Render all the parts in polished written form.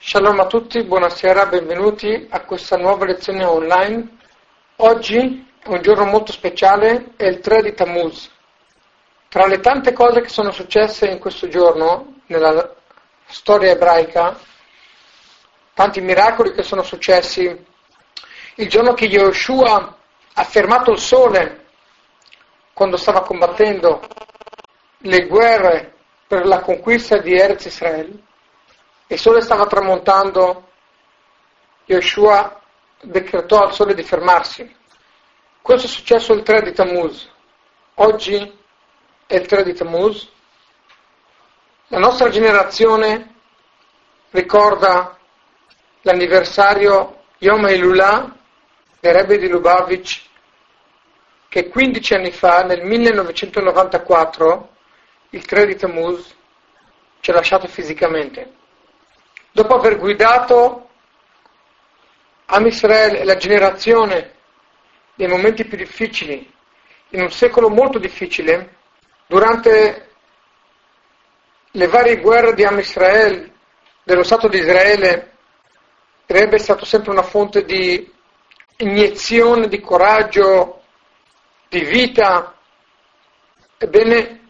Shalom a tutti, buonasera, benvenuti a questa nuova lezione online. Oggi è un giorno molto speciale, è il 3 di Tammuz. Tra le tante cose che sono successe in questo giorno, nella storia ebraica, tanti miracoli che sono successi, il giorno che Yehoshua ha fermato il sole quando stava combattendo le guerre per la conquista di Eretz Israele, il sole stava tramontando, Yehoshua decretò al sole di fermarsi. Questo è successo il 3 di Tammuz. Oggi è il 3 di Tammuz. La nostra generazione ricorda l'anniversario Yom Ha'ilulà del Rebbe di Lubavitch, che 15 anni fa, nel 1994, il 3 di Tammuz, ci ha lasciato fisicamente. Dopo aver guidato Am Israele e la generazione nei momenti più difficili, in un secolo molto difficile, durante le varie guerre di Am Israele, dello Stato di Israele, il Rebbe è stato sempre una fonte di iniezione, di coraggio, di vita. Ebbene,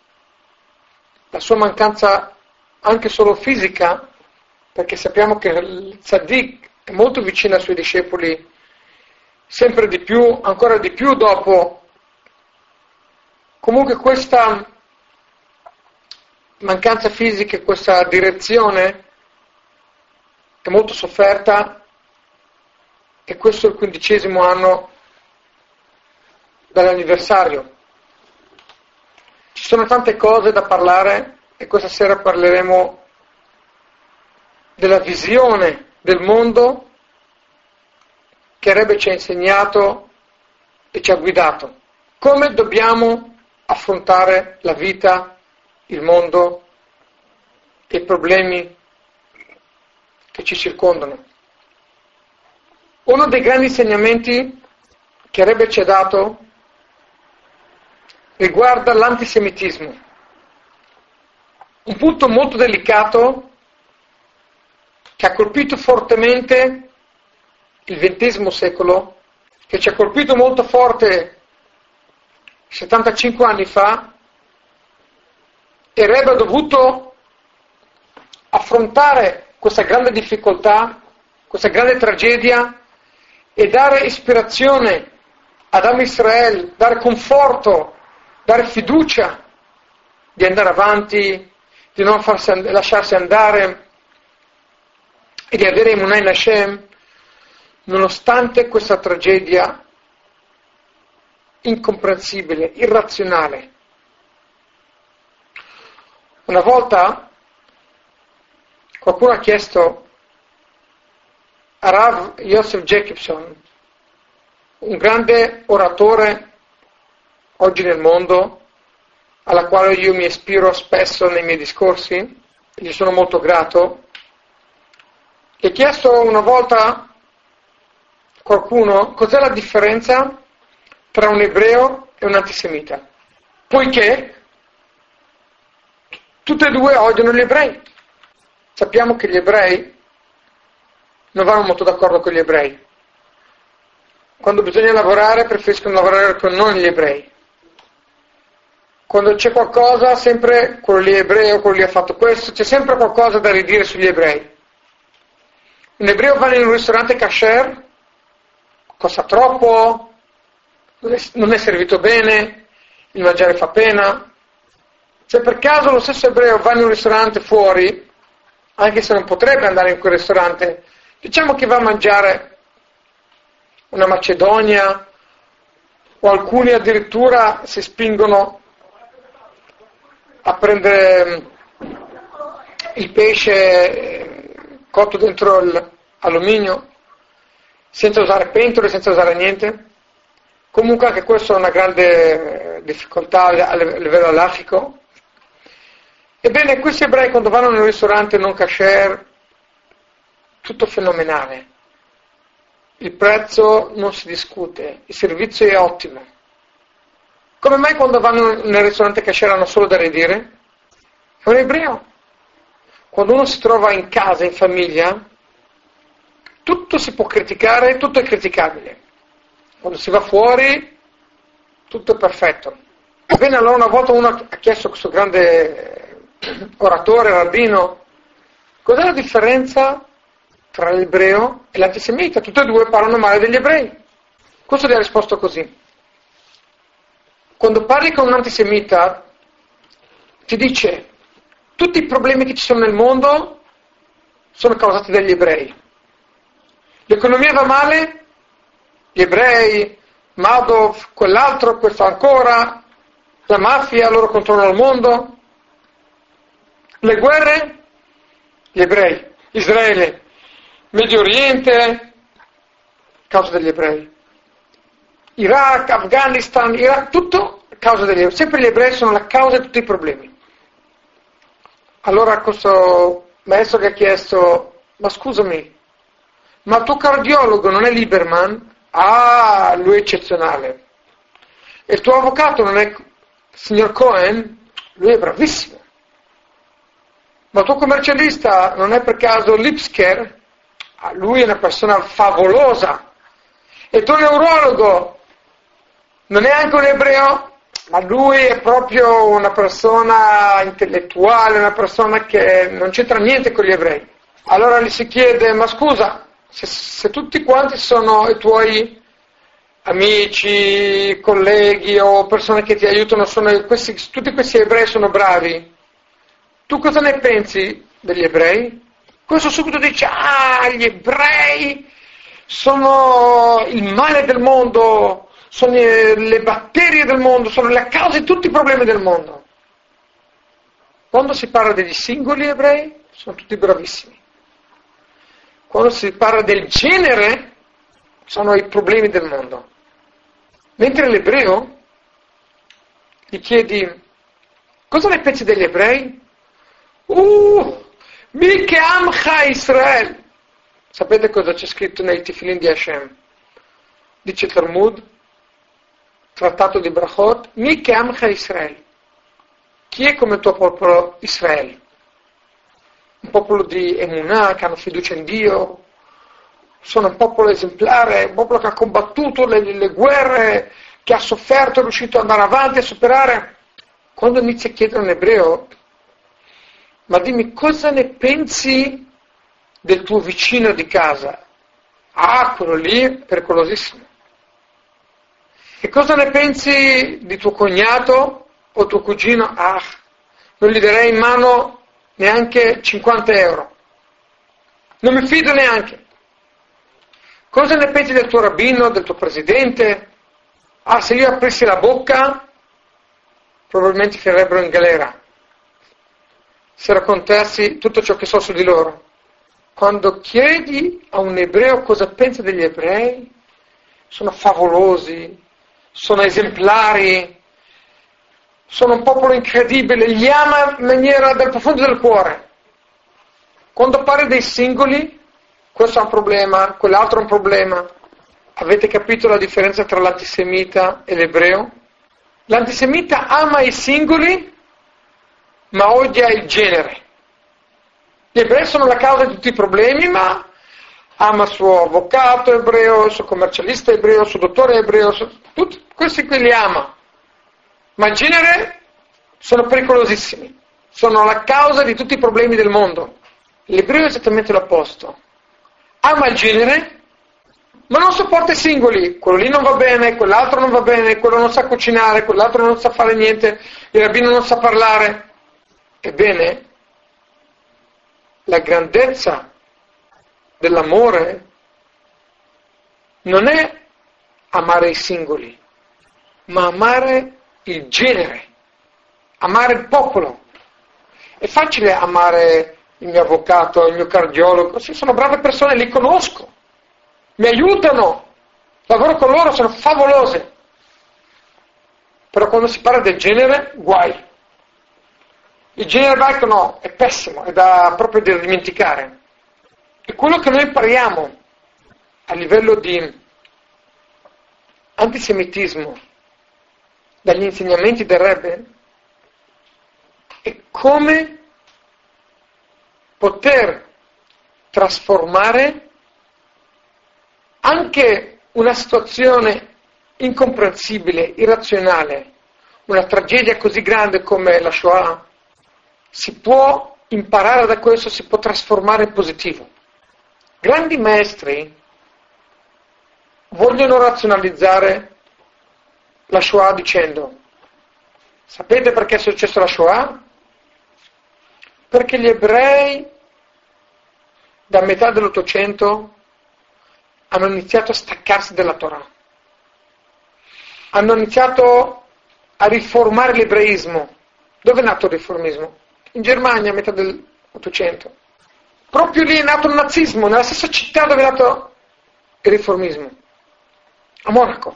la sua mancanza anche solo fisica, perché sappiamo che il Tzaddik è molto vicino ai suoi discepoli, sempre di più, ancora di più dopo. Comunque questa mancanza fisica e questa direzione è molto sofferta, e questo è il 15° anno dall'anniversario. Ci sono tante cose da parlare e questa sera parleremo della visione del mondo che il Rebbe ci ha insegnato e ci ha guidato. Come dobbiamo affrontare la vita, il mondo e i problemi che ci circondano. Uno dei grandi insegnamenti che il Rebbe ci ha dato riguarda l'antisemitismo. Un punto molto delicato che ha colpito fortemente il XX secolo, che ci ha colpito molto forte 75 anni fa, e il Rebbe ha dovuto affrontare questa grande difficoltà, questa grande tragedia, e dare ispirazione ad Am Israele, dare conforto, dare fiducia di andare avanti, di non lasciarsi andare e di avere Emunah in Hashem, nonostante questa tragedia incomprensibile, irrazionale. Una volta qualcuno ha chiesto a Rav Yosef Jacobson, un grande oratore oggi nel mondo, alla quale io mi ispiro spesso nei miei discorsi, e gli sono molto grato. E chiesto una volta qualcuno cos'è la differenza tra un ebreo e un antisemita, poiché tutte e due odiano gli ebrei. Sappiamo che gli ebrei non vanno molto d'accordo con gli ebrei. Quando bisogna lavorare preferiscono lavorare con noi gli ebrei. Quando c'è qualcosa, sempre quello lì è ebreo, quello lì ha fatto questo, c'è sempre qualcosa da ridire sugli ebrei. Un ebreo va in un ristorante kasher, costa troppo, non è servito bene, il mangiare fa pena. Se per caso lo stesso ebreo va in un ristorante fuori, anche se non potrebbe andare in quel ristorante, diciamo che va a mangiare una macedonia, o alcuni addirittura si spingono a prendere il pesce cotto dentro l'alluminio, senza usare pentole, senza usare niente. Comunque anche questo è una grande difficoltà a livello halachico. Ebbene, questi ebrei quando vanno in un ristorante non kasher, tutto fenomenale. Il prezzo non si discute, il servizio è ottimo. Come mai quando vanno nel ristorante kasher hanno solo da ridire? È un ebreo. quando uno si trova in casa, in famiglia, tutto si può criticare, tutto è criticabile. Quando si va fuori, tutto è perfetto. Ebbene, allora una volta uno ha chiesto a questo grande oratore, rabbino, cos'è la differenza tra l'ebreo e l'antisemita? Tutti e due parlano male degli ebrei. Questo gli ha risposto così. Quando parli con un antisemita, ti dice tutti i problemi che ci sono nel mondo sono causati dagli ebrei. L'economia va male, gli ebrei, Madoff, quell'altro, questo ancora, la mafia, loro controllano il mondo. Le guerre, gli ebrei. Israele, Medio Oriente, causa degli ebrei. Iraq, Afghanistan, Iraq, tutto causa degli ebrei. Sempre gli ebrei sono la causa di tutti i problemi. Allora questo maestro che ha chiesto, ma scusami, ma il tuo cardiologo non è Lieberman? Ah, lui è eccezionale. E il tuo avvocato non è il signor Cohen? Lui è bravissimo. Ma il tuo commercialista non è per caso Lipsker? Ah, lui è una persona favolosa. E il tuo neurologo non è anche un ebreo? Ma lui è proprio una persona intellettuale, una persona che non c'entra niente con gli ebrei. Allora gli si chiede, ma scusa, se tutti quanti sono i tuoi amici, colleghi o persone che ti aiutano, tutti questi ebrei sono bravi, tu cosa ne pensi degli ebrei? Questo subito dice, gli ebrei sono il male del mondo, sono le batterie del mondo, sono la causa di tutti i problemi del mondo. Quando si parla degli singoli ebrei, sono tutti bravissimi. Quando si parla del genere, sono i problemi del mondo. Mentre l'ebreo, gli chiedi, cosa ne pensi degli ebrei? Mi che amcha Israel. Sapete cosa c'è scritto nei Tefillin di Hashem? Dice il Talmud, trattato di Brachot, Mi che amcha Israel. Chi è come il tuo popolo Israele? Un popolo di Emunah, che hanno fiducia in Dio, sono un popolo esemplare, un popolo che ha combattuto le guerre, che ha sofferto, è riuscito ad andare avanti, a superare. Quando inizi a chiedere a un ebreo, ma dimmi cosa ne pensi del tuo vicino di casa? Quello lì è pericolosissimo. E cosa ne pensi di tuo cognato o tuo cugino? Non gli darei in mano neanche 50 euro. Non mi fido neanche. Cosa ne pensi del tuo rabbino, del tuo presidente? Se io aprissi la bocca, probabilmente finirebbero in galera. Se raccontassi tutto ciò che so su di loro. Quando chiedi a un ebreo cosa pensa degli ebrei, sono favolosi, sono esemplari, sono un popolo incredibile, li ama in maniera dal profondo del cuore. Quando parli dei singoli, questo è un problema, quell'altro è un problema. Avete capito la differenza tra l'antisemita e l'ebreo? L'antisemita ama i singoli, ma odia il genere. Gli ebrei sono la causa di tutti i problemi, ma ama il suo avvocato ebreo, il suo commercialista ebreo, il suo dottore ebreo, tutti questi qui li ama. Ma il genere sono pericolosissimi, sono la causa di tutti i problemi del mondo. L'ebreo è esattamente l'opposto. Ama il genere, ma non sopporta i singoli. Quello lì non va bene, quell'altro non va bene, quello non sa cucinare, quell'altro non sa fare niente, il rabbino non sa parlare. Ebbene, la grandezza dell'amore non è amare i singoli, ma amare il genere, amare il popolo. È facile amare il mio avvocato, il mio cardiologo, sì, sono brave persone, li conosco, mi aiutano, lavoro con loro, sono favolose. Però quando si parla del genere, guai. Il genere ebraico no, è pessimo, è proprio da dimenticare. E quello che noi impariamo a livello di antisemitismo dagli insegnamenti del Rebbe è come poter trasformare anche una situazione incomprensibile, irrazionale, una tragedia così grande come la Shoah, si può imparare da questo, si può trasformare in positivo. Grandi maestri vogliono razionalizzare la Shoah dicendo: sapete perché è successo la Shoah? Perché gli ebrei da metà dell'Ottocento hanno iniziato a staccarsi dalla Torah, hanno iniziato a riformare l'ebraismo. Dove è nato il riformismo? In Germania a metà dell'Ottocento. Proprio lì è nato il nazismo, nella stessa città dove è nato il riformismo, a Monaco.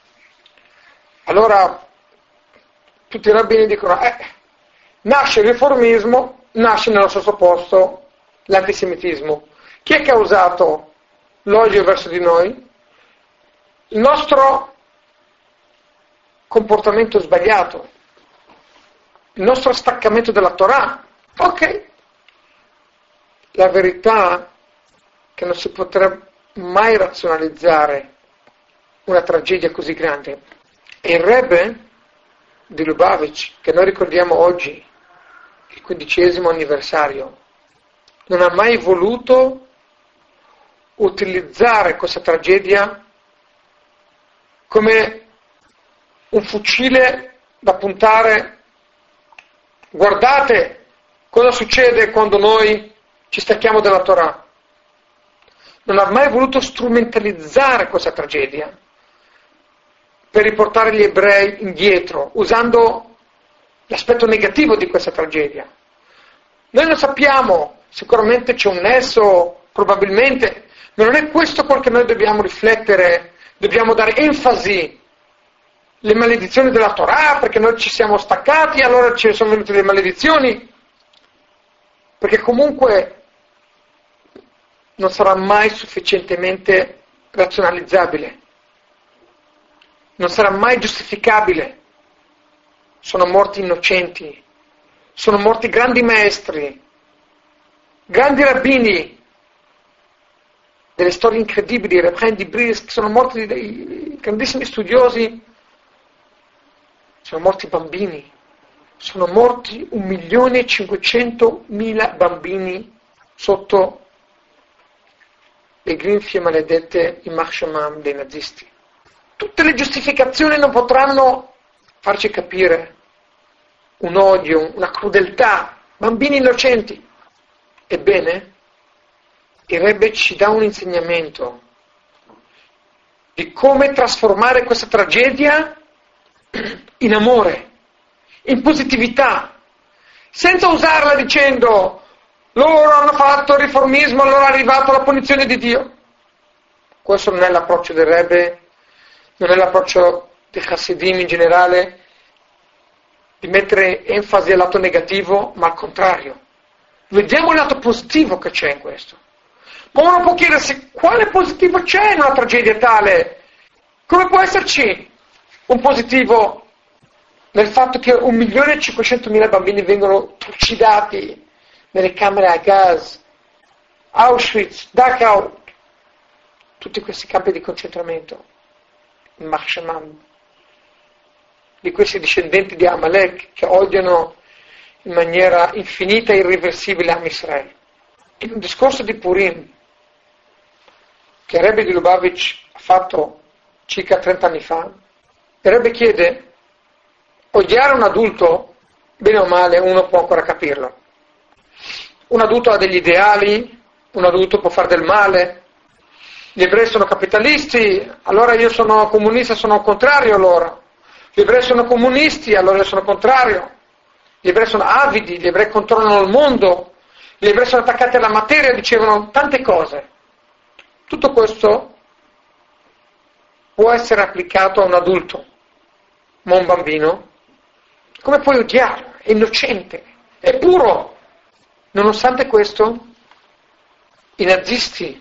Allora tutti i rabbini dicono: nasce il riformismo, nasce nello stesso posto l'antisemitismo. Chi è che ha usato l'odio verso di noi? Il nostro comportamento sbagliato, il nostro staccamento dalla Torah. Ok, la verità è che non si potrebbe mai razionalizzare una tragedia così grande. E il Rebbe di Lubavitch, che noi ricordiamo oggi, il 15° anniversario, non ha mai voluto utilizzare questa tragedia come un fucile da puntare. Guardate cosa succede quando noi ci stacchiamo dalla Torah. Non ha mai voluto strumentalizzare questa tragedia per riportare gli ebrei indietro, usando l'aspetto negativo di questa tragedia. Noi lo sappiamo, sicuramente c'è un nesso, probabilmente, ma non è questo quel che noi dobbiamo riflettere, dobbiamo dare enfasi. Le maledizioni della Torah, perché noi ci siamo staccati, allora ci sono venute le maledizioni, perché comunque non sarà mai sufficientemente razionalizzabile, non sarà mai giustificabile. Sono morti innocenti, sono morti grandi maestri, grandi rabbini, delle storie incredibili, Reb Chaim di Brisk, sono morti dei grandissimi studiosi, sono morti bambini, sono morti 1.500.000 bambini sotto le grinfie maledette יימח שמם dei nazisti. Tutte le giustificazioni non potranno farci capire un odio, una crudeltà, bambini innocenti. Ebbene, il Rebbe ci dà un insegnamento di come trasformare questa tragedia in amore, in positività, senza usarla dicendo: loro hanno fatto il riformismo, allora è arrivata la punizione di Dio. Questo non è l'approccio del Rebbe, non è l'approccio dei Hasidim in generale, di mettere enfasi al lato negativo, ma al contrario. Vediamo il lato positivo che c'è in questo. Ma uno può chiedersi: quale positivo c'è in una tragedia tale? Come può esserci un positivo nel fatto che 1.500.000 bambini vengono trucidati nelle camere a gas, Auschwitz, Dachau, tutti questi campi di concentramento, יימח שמם, di questi discendenti di Amalek che odiano in maniera infinita e irreversibile Am Israele. In un discorso di Purim che il Rebbe di Lubavitch ha fatto circa 30 anni fa, il Rebbe chiede: odiare un adulto, bene o male, uno può ancora capirlo. Un adulto ha degli ideali, un adulto può fare del male. Gli ebrei sono capitalisti, allora io sono comunista, sono contrario a loro. Gli ebrei sono comunisti, allora io sono contrario. Gli ebrei sono avidi, gli ebrei controllano il mondo, gli ebrei sono attaccati alla materia, dicevano tante cose. Tutto questo può essere applicato a un adulto, ma a un bambino, come puoi odiarlo? È innocente, è puro. Nonostante questo, i nazisti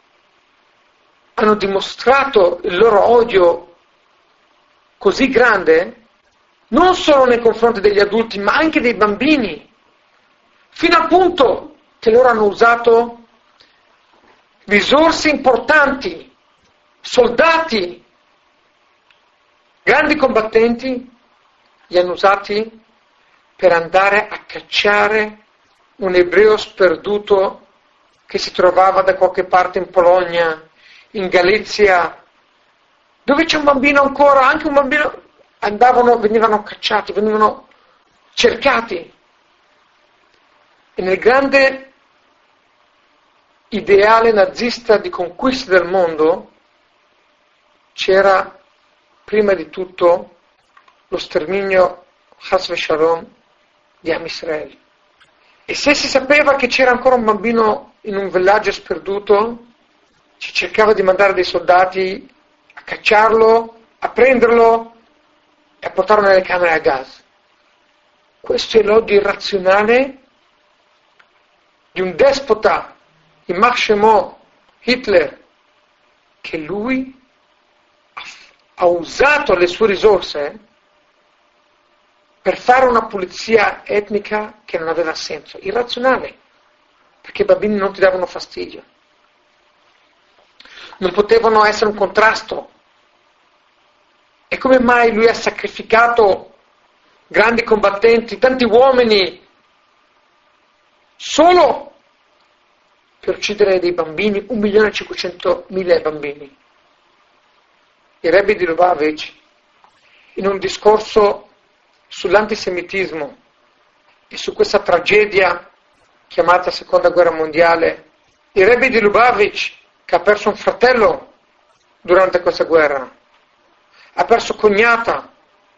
hanno dimostrato il loro odio così grande non solo nei confronti degli adulti, ma anche dei bambini, fino al punto che loro hanno usato risorse importanti, soldati, grandi combattenti, li hanno usati per andare a cacciare un ebreo sperduto che si trovava da qualche parte in Polonia, in Galizia, dove c'è un bambino ancora, anche un bambino, venivano cacciati, venivano cercati. E nel grande ideale nazista di conquista del mondo c'era prima di tutto lo sterminio Chas v'Shalom di Am Israele. E se si sapeva che c'era ancora un bambino in un villaggio sperduto, si cercava di mandare dei soldati a cacciarlo, a prenderlo e a portarlo nelle camere a gas. Questo è l'odio irrazionale di un despota, יימח שמו, Hitler, che lui ha usato le sue risorse per fare una pulizia etnica che non aveva senso, irrazionale, perché i bambini non ti davano fastidio, non potevano essere un contrasto. E come mai lui ha sacrificato grandi combattenti, tanti uomini, solo per uccidere dei bambini, 1.500.000 bambini? Il Rebbe di Lubavitch, in un discorso sull'antisemitismo e su questa tragedia chiamata Seconda Guerra Mondiale, il Rebbe di Lubavitch, che ha perso un fratello durante questa guerra, ha perso cognato,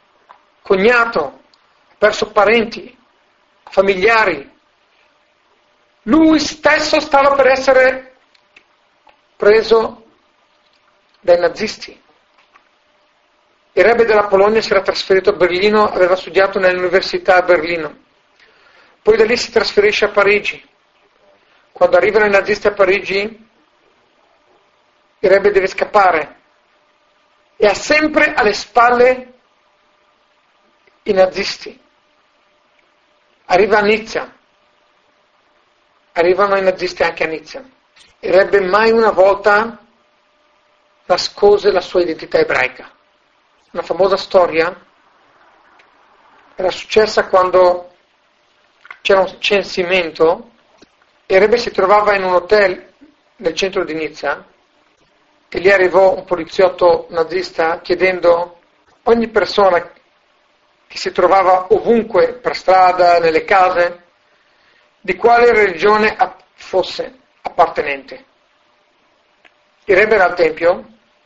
ha perso parenti, familiari, lui stesso stava per essere preso dai nazisti. Il Rebbe della Polonia si era trasferito a Berlino, aveva studiato nell'università a Berlino. Poi da lì si trasferisce a Parigi. Quando arrivano i nazisti a Parigi, il Rebbe deve scappare e ha sempre alle spalle i nazisti. Arriva a Nizza, arrivano i nazisti anche a Nizza. Il Rebbe mai una volta nascose la sua identità ebraica. Una famosa storia era successa quando c'era un censimento e il Rebbe si trovava in un hotel nel centro di Nizza e lì arrivò un poliziotto nazista chiedendo a ogni persona che si trovava ovunque per strada, nelle case, di quale religione fosse appartenente. Il Rebbe era al Tempio,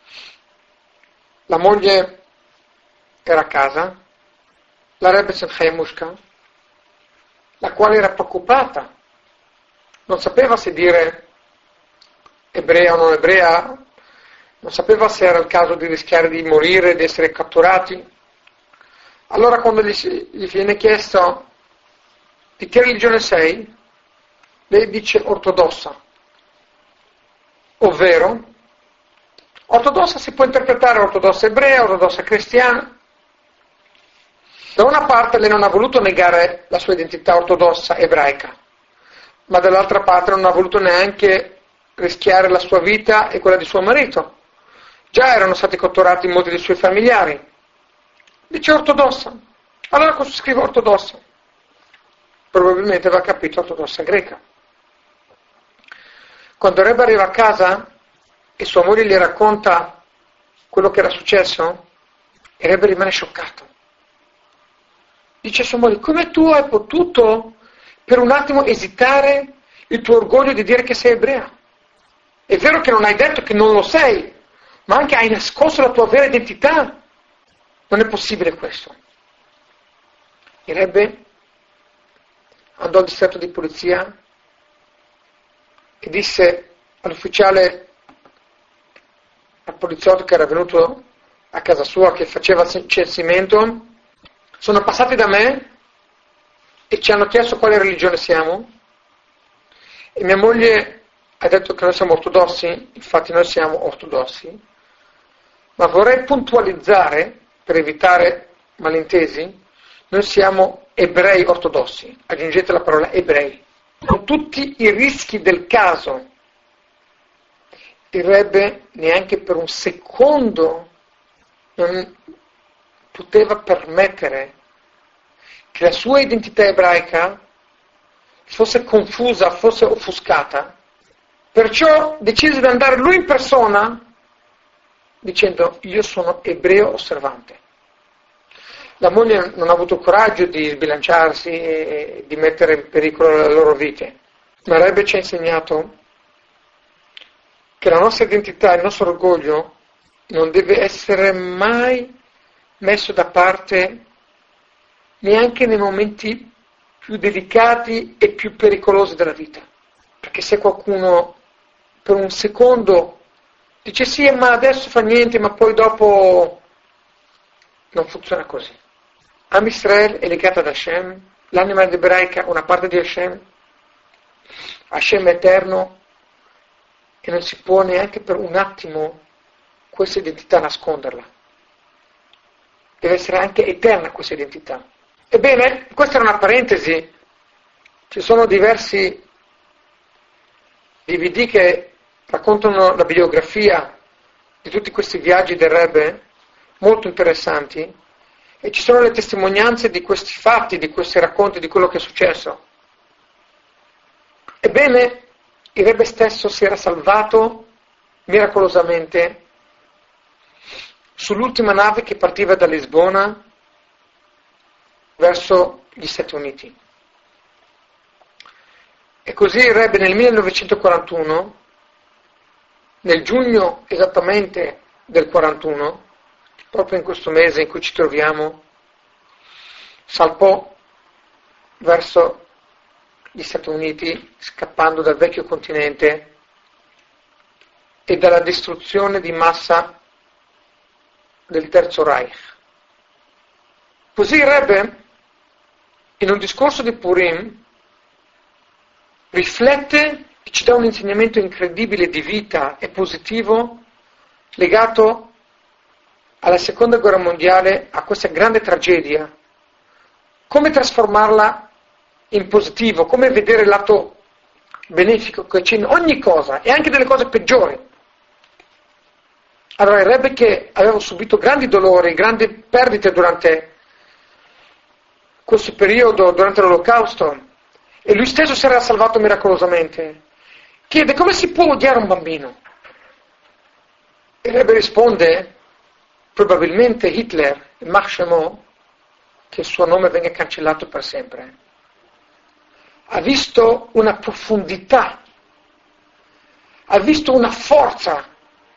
la moglie era a casa, la Rebbetzin Chaimushka, la quale era preoccupata, non sapeva se dire ebrea o non ebrea, non sapeva se era il caso di rischiare di morire, di essere catturati. Allora quando gli viene chiesto di che religione sei, lei dice ortodossa, ovvero ortodossa si può interpretare ortodossa ebrea, ortodossa cristiana. Da una parte lei non ha voluto negare la sua identità ortodossa ebraica, ma dall'altra parte non ha voluto neanche rischiare la sua vita e quella di suo marito. Già erano stati catturati molti dei suoi familiari. Dice ortodossa. Allora cosa scrive ortodossa? Probabilmente aveva capito ortodossa greca. Quando il Rebbe arriva a casa e sua moglie gli racconta quello che era successo, il Rebbe rimane scioccato. Dice a sua moglie: come tu hai potuto per un attimo esitare il tuo orgoglio di dire che sei ebrea? È vero che non hai detto che non lo sei, ma anche hai nascosto la tua vera identità. Non è possibile questo. Il Rebbe andò al distretto di polizia e disse all'ufficiale, al poliziotto che era venuto a casa sua, che faceva censimento: sono passati da me e ci hanno chiesto quale religione siamo e mia moglie ha detto che noi siamo ortodossi. Infatti noi siamo ortodossi, ma vorrei puntualizzare, per evitare malintesi, noi siamo ebrei ortodossi. Aggiungete la parola ebrei. con tutti i rischi del caso. Il Rebbe neanche per un secondo non poteva permettere che la sua identità ebraica fosse confusa, fosse offuscata. Perciò decise di andare lui in persona dicendo: io sono ebreo osservante. La moglie non ha avuto il coraggio di sbilanciarsi e di mettere in pericolo le loro vite. Ma il Rebbe ci ha insegnato che la nostra identità, il nostro orgoglio non deve essere mai messo da parte neanche nei momenti più delicati e più pericolosi della vita. Perché se qualcuno per un secondo dice sì, ma adesso fa niente, ma poi dopo non funziona così. Am Israel è legata ad Hashem, l'anima ebraica è una parte di Hashem, Hashem è eterno e non si può neanche per un attimo questa identità nasconderla. Deve essere anche eterna questa identità. Ebbene, questa era una parentesi, ci sono diversi DVD che raccontano la biografia di tutti questi viaggi del Rebbe, molto interessanti, e ci sono le testimonianze di questi fatti, di questi racconti, di quello che è successo. Ebbene, il Rebbe stesso si era salvato miracolosamente sull'ultima nave che partiva da Lisbona verso gli Stati Uniti. E così il Rebbe nel 1941, nel giugno esattamente del 41, proprio in questo mese in cui ci troviamo, salpò verso gli Stati Uniti, scappando dal vecchio continente e dalla distruzione di massa del Terzo Reich. Così il Rebbe, in un discorso di Purim, riflette e ci dà un insegnamento incredibile di vita e positivo legato alla Seconda Guerra Mondiale, a questa grande tragedia. Come trasformarla in positivo, come vedere il lato benefico che c'è in ogni cosa e anche delle cose peggiori. Allora il Rebbe, che aveva subito grandi dolori, grandi perdite durante questo periodo, durante l'Olocausto, e lui stesso si era salvato miracolosamente, chiede: come si può odiare un bambino? E il Rebbe risponde: probabilmente Hitler, il Mach Shemo, che il suo nome venga cancellato per sempre, ha visto una profondità, ha visto una forza,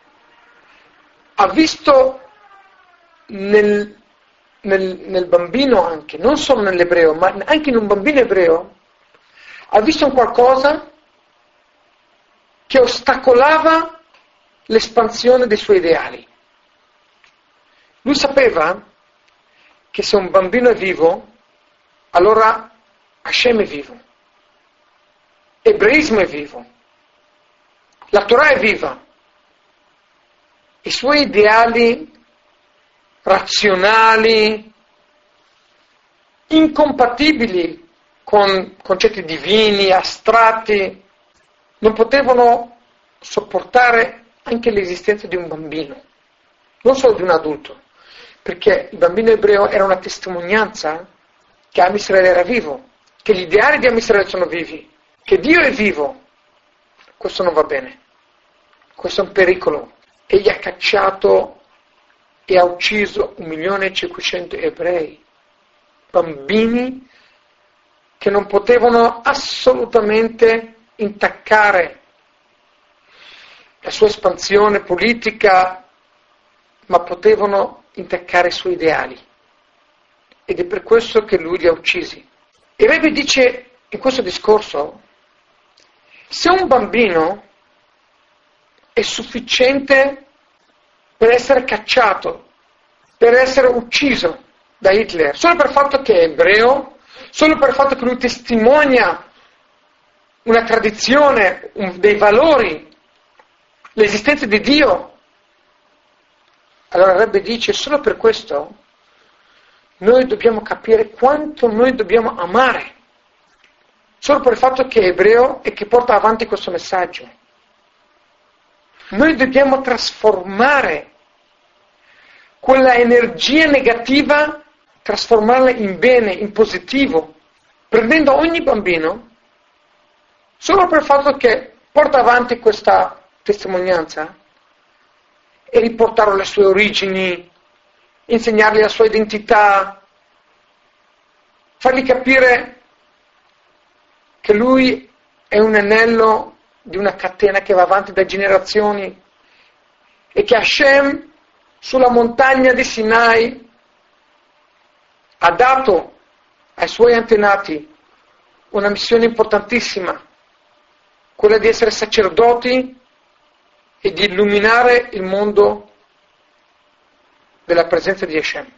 ha visto nel bambino anche, non solo nell'ebreo, ma anche in un bambino ebreo, ha visto un qualcosa che ostacolava l'espansione dei suoi ideali. Lui sapeva che se un bambino è vivo, allora Hashem è vivo, ebraismo è vivo, la Torah è viva, i suoi ideali razionali, incompatibili con concetti divini, astratti, non potevano sopportare anche l'esistenza di un bambino, non solo di un adulto, perché il bambino ebreo era una testimonianza che Am Israele era vivo, che gli ideali di Am Israele sono vivi, che Dio è vivo. Questo non va bene, questo è un pericolo. Egli ha cacciato e ha ucciso 1.500.000 ebrei, bambini che non potevano assolutamente intaccare la sua espansione politica, ma potevano intaccare i suoi ideali. Ed è per questo che lui li ha uccisi. E Rebbe dice in questo discorso: se un bambino è sufficiente per essere cacciato, per essere ucciso da Hitler, solo per il fatto che è ebreo, solo per il fatto che lui testimonia una tradizione, dei valori, l'esistenza di Dio, allora il Rebbe dice: solo per questo noi dobbiamo capire quanto noi dobbiamo amare solo per il fatto che è ebreo e che porta avanti questo messaggio. Noi dobbiamo trasformare quella energia negativa, trasformarla in bene, in positivo, prendendo ogni bambino, solo per il fatto che porta avanti questa testimonianza e riportarlo alle sue origini, insegnargli la sua identità, fargli capire che lui è un anello di una catena che va avanti da generazioni e che Hashem sulla montagna di Sinai ha dato ai suoi antenati una missione importantissima, quella di essere sacerdoti e di illuminare il mondo della presenza di Hashem.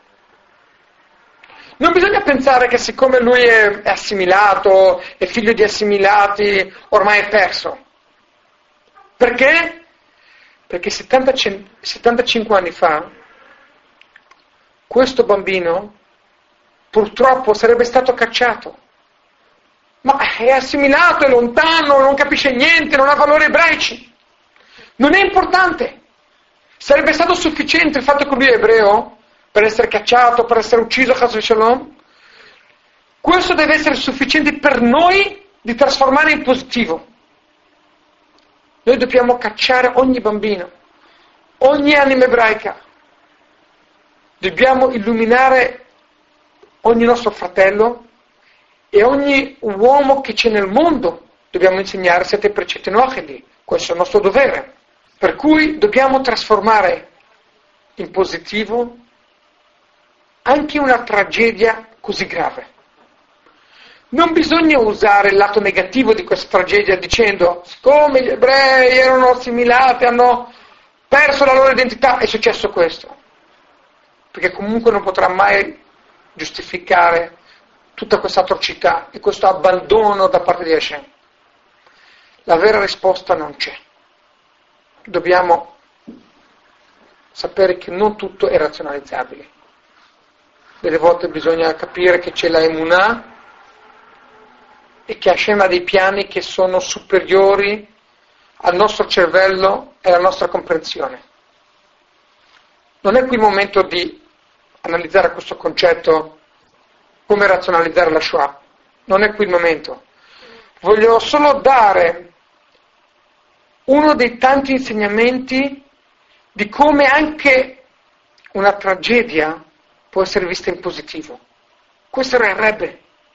Non bisogna pensare che siccome lui è assimilato, è figlio di assimilati, ormai è perso. Perché? Perché 75 anni fa questo bambino purtroppo sarebbe stato cacciato. Ma è assimilato, è lontano, non capisce niente, non ha valori ebraici. Non è importante. Sarebbe stato sufficiente il fatto che lui è ebreo per essere cacciato, per essere ucciso, Chas v'Shalom. Questo deve essere sufficiente per noi di trasformare in positivo. Noi dobbiamo cacciare ogni bambino, ogni anima ebraica. Dobbiamo illuminare ogni nostro fratello e ogni uomo che c'è nel mondo. Dobbiamo insegnare 7 precetti noachidi. Questo è il nostro dovere. Per cui dobbiamo trasformare in positivo anche una tragedia così grave. Non bisogna usare il lato negativo di questa tragedia dicendo siccome gli ebrei erano assimilati, hanno perso la loro identità, è successo questo. Perché comunque non potrà mai giustificare tutta questa atrocità e questo abbandono da parte di Hashem. La vera risposta non c'è. Dobbiamo sapere che non tutto è razionalizzabile. Delle volte bisogna capire che c'è la emunah e che Hashem ha dei piani che sono superiori al nostro cervello e alla nostra comprensione. Non è qui il momento di analizzare questo concetto come razionalizzare la Shoah. Non è qui il momento. Voglio solo dare uno dei tanti insegnamenti di come anche una tragedia può essere vista in positivo. Questo era il Rebbe.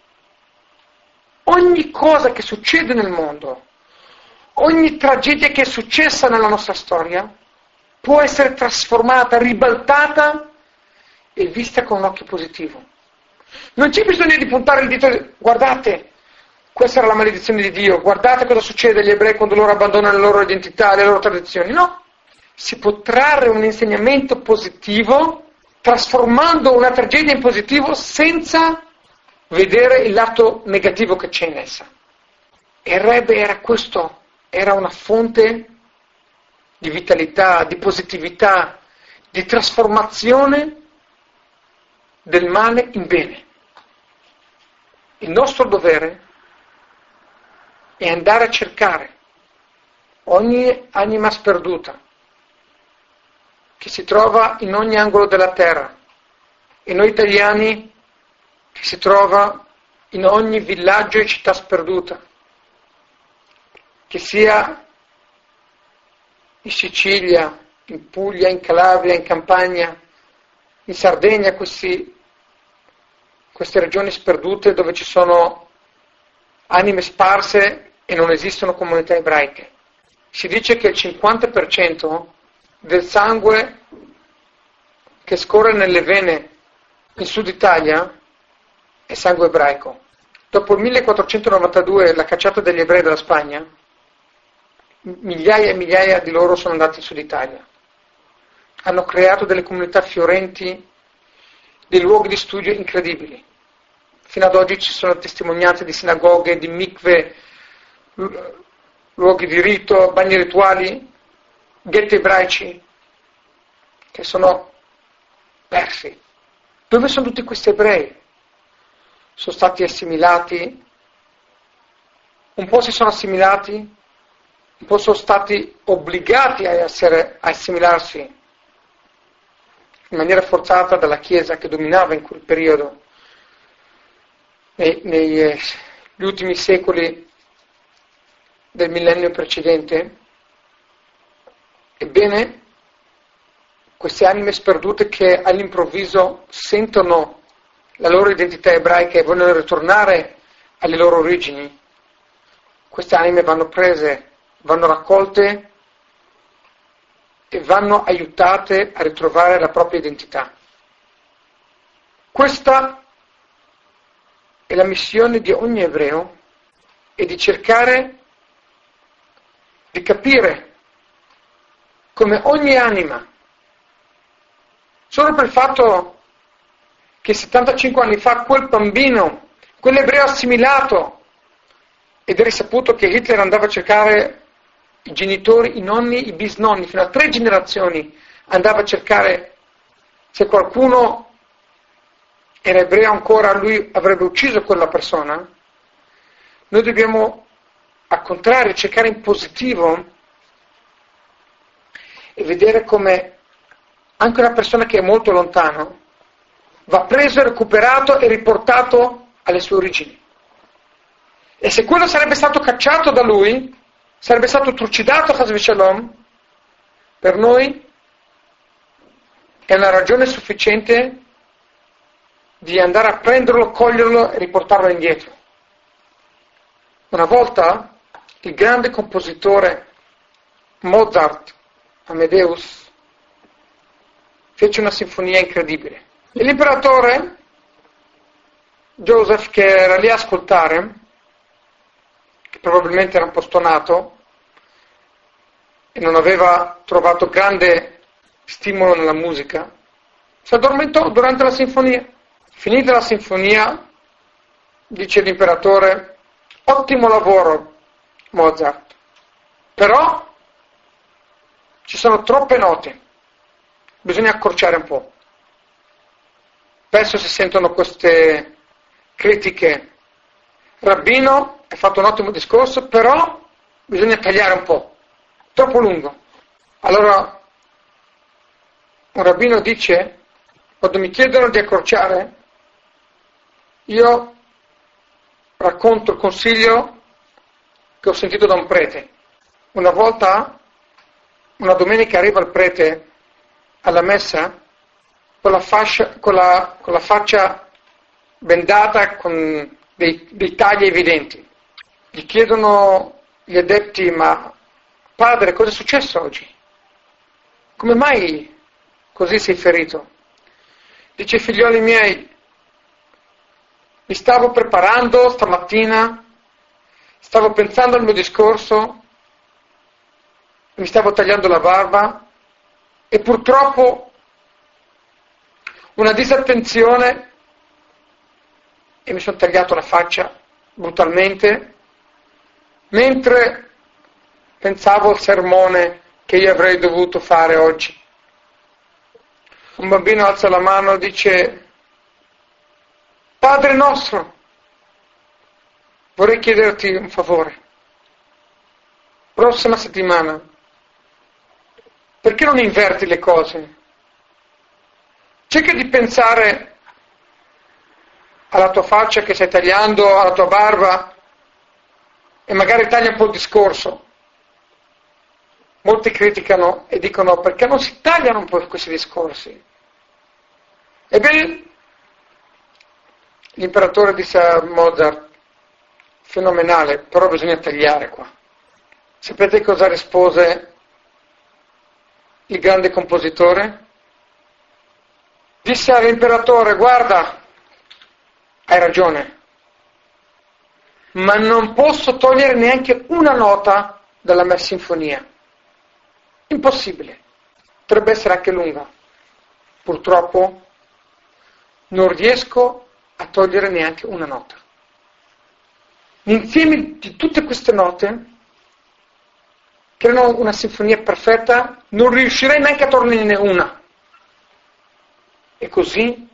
Ogni cosa che succede nel mondo, ogni tragedia che è successa nella nostra storia, può essere trasformata, ribaltata e vista con un occhio positivo. Non c'è bisogno di puntare il dito e guardate, questa era la maledizione di Dio, guardate cosa succede agli ebrei quando loro abbandonano le loro identità, le loro tradizioni. No, si può trarre un insegnamento positivo trasformando una tragedia in positivo senza vedere il lato negativo che c'è in essa. E il Rebbe era questo, era una fonte di vitalità, di positività, di trasformazione del male in bene. Il nostro dovere è andare a cercare ogni anima sperduta che si trova in ogni angolo della terra, e noi italiani che si trova in ogni villaggio e città sperduta, che sia in Sicilia, in Puglia, in Calabria, in Campania, in Sardegna, queste regioni sperdute dove ci sono anime sparse e non esistono comunità ebraiche. Si dice che il 50% del sangue che scorre nelle vene in Sud Italia è sangue ebraico. Dopo il 1492, la cacciata degli ebrei dalla Spagna, migliaia e migliaia di loro sono andati in Sud Italia. Hanno creato delle comunità fiorenti, dei luoghi di studio incredibili. Fino ad oggi ci sono testimonianze di sinagoghe, di mikve, luoghi di rito, bagni rituali, ghetti ebraici che sono persi. Dove sono tutti questi ebrei? Sono stati assimilati un po' si sono assimilati, un po' sono stati obbligati a assimilarsi in maniera forzata dalla Chiesa che dominava in quel periodo, negli ultimi secoli del millennio precedente. Ebbene, queste anime sperdute che all'improvviso sentono la loro identità ebraica e vogliono ritornare alle loro origini, queste anime vanno prese, vanno raccolte e vanno aiutate a ritrovare la propria identità. Questa è la missione di ogni ebreo, è di cercare di capire come ogni anima, solo per il fatto che 75 anni fa quel bambino, quell'ebreo assimilato, ed è risaputo che Hitler andava a cercare i genitori, i nonni, i bisnonni, fino a 3 generazioni andava a cercare se qualcuno era ebreo ancora, lui avrebbe ucciso quella persona. Noi dobbiamo, al contrario, cercare in positivo e vedere come anche una persona che è molto lontano va preso, recuperato e riportato alle sue origini. E se quello sarebbe stato cacciato da lui, sarebbe stato trucidato a Chas v'Shalom, per noi è una ragione sufficiente di andare a prenderlo, coglierlo e riportarlo indietro. Una volta il grande compositore Mozart, Amadeus, fece una sinfonia incredibile. E l'imperatore Joseph, che era lì a ascoltare, che probabilmente era un po' stonato e non aveva trovato grande stimolo nella musica, si addormentò durante la sinfonia. Finita la sinfonia, dice l'imperatore: ottimo lavoro, Mozart, però ci sono troppe note, bisogna accorciare un po'. Spesso si sentono queste critiche: Rabbino, hai fatto un ottimo discorso, però bisogna tagliare un po', troppo lungo. Allora un rabbino dice: quando mi chiedono di accorciare, io racconto il consiglio che ho sentito da un prete. Una volta, una domenica, arriva il prete alla messa con la faccia bendata, con dei tagli evidenti. Gli chiedono gli adepti: ma padre, cosa è successo oggi? Come mai così sei ferito? Dice: figlioli miei, mi stavo preparando stamattina, stavo pensando al mio discorso, mi stavo tagliando la barba e purtroppo una disattenzione e mi sono tagliato la faccia brutalmente mentre pensavo al sermone che io avrei dovuto fare oggi. Un bambino alza la mano e dice: Padre nostro, vorrei chiederti un favore. Prossima settimana, perché non inverti le cose? Cerca di pensare alla tua faccia che stai tagliando, alla tua barba, e magari taglia un po' il discorso. Molti criticano e dicono: perché non si tagliano un po' questi discorsi? Ebbene, l'imperatore disse a Mozart: fenomenale, però bisogna tagliare qua. Sapete cosa rispose il grande compositore? Disse all'imperatore: guarda, hai ragione, ma non posso togliere neanche una nota dalla mia sinfonia. Impossibile. Potrebbe essere anche lunga. Purtroppo non riesco a togliere neanche una nota. L'insieme di tutte queste note, che erano una sinfonia perfetta, non riuscirei neanche a toglierne una. E così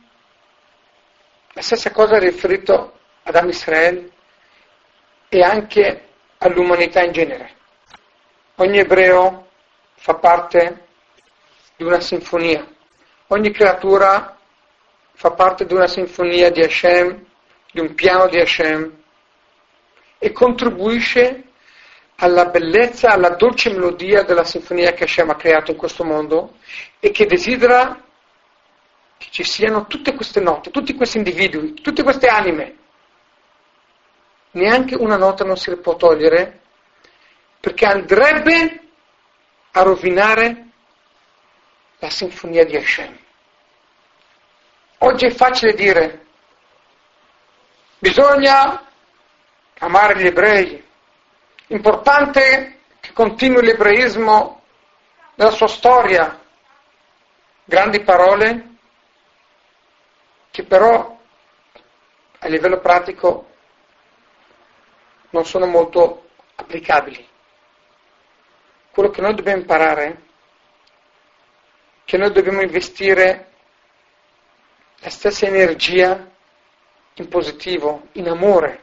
la stessa cosa è riferito ad Am Israel e anche all'umanità in genere. Ogni ebreo fa parte di una sinfonia, ogni creatura fa parte di una sinfonia di Hashem, di un piano di Hashem, e contribuisce alla bellezza, alla dolce melodia della sinfonia che Hashem ha creato in questo mondo e che desidera che ci siano tutte queste note, tutti questi individui, tutte queste anime. Neanche una nota non si può togliere perché andrebbe a rovinare la sinfonia di Hashem. Oggi è facile dire bisogna amare gli ebrei, importante che continui l'ebraismo nella sua storia, grandi parole che però a livello pratico non sono molto applicabili. Quello che noi dobbiamo imparare è che noi dobbiamo investire la stessa energia in positivo, in amore.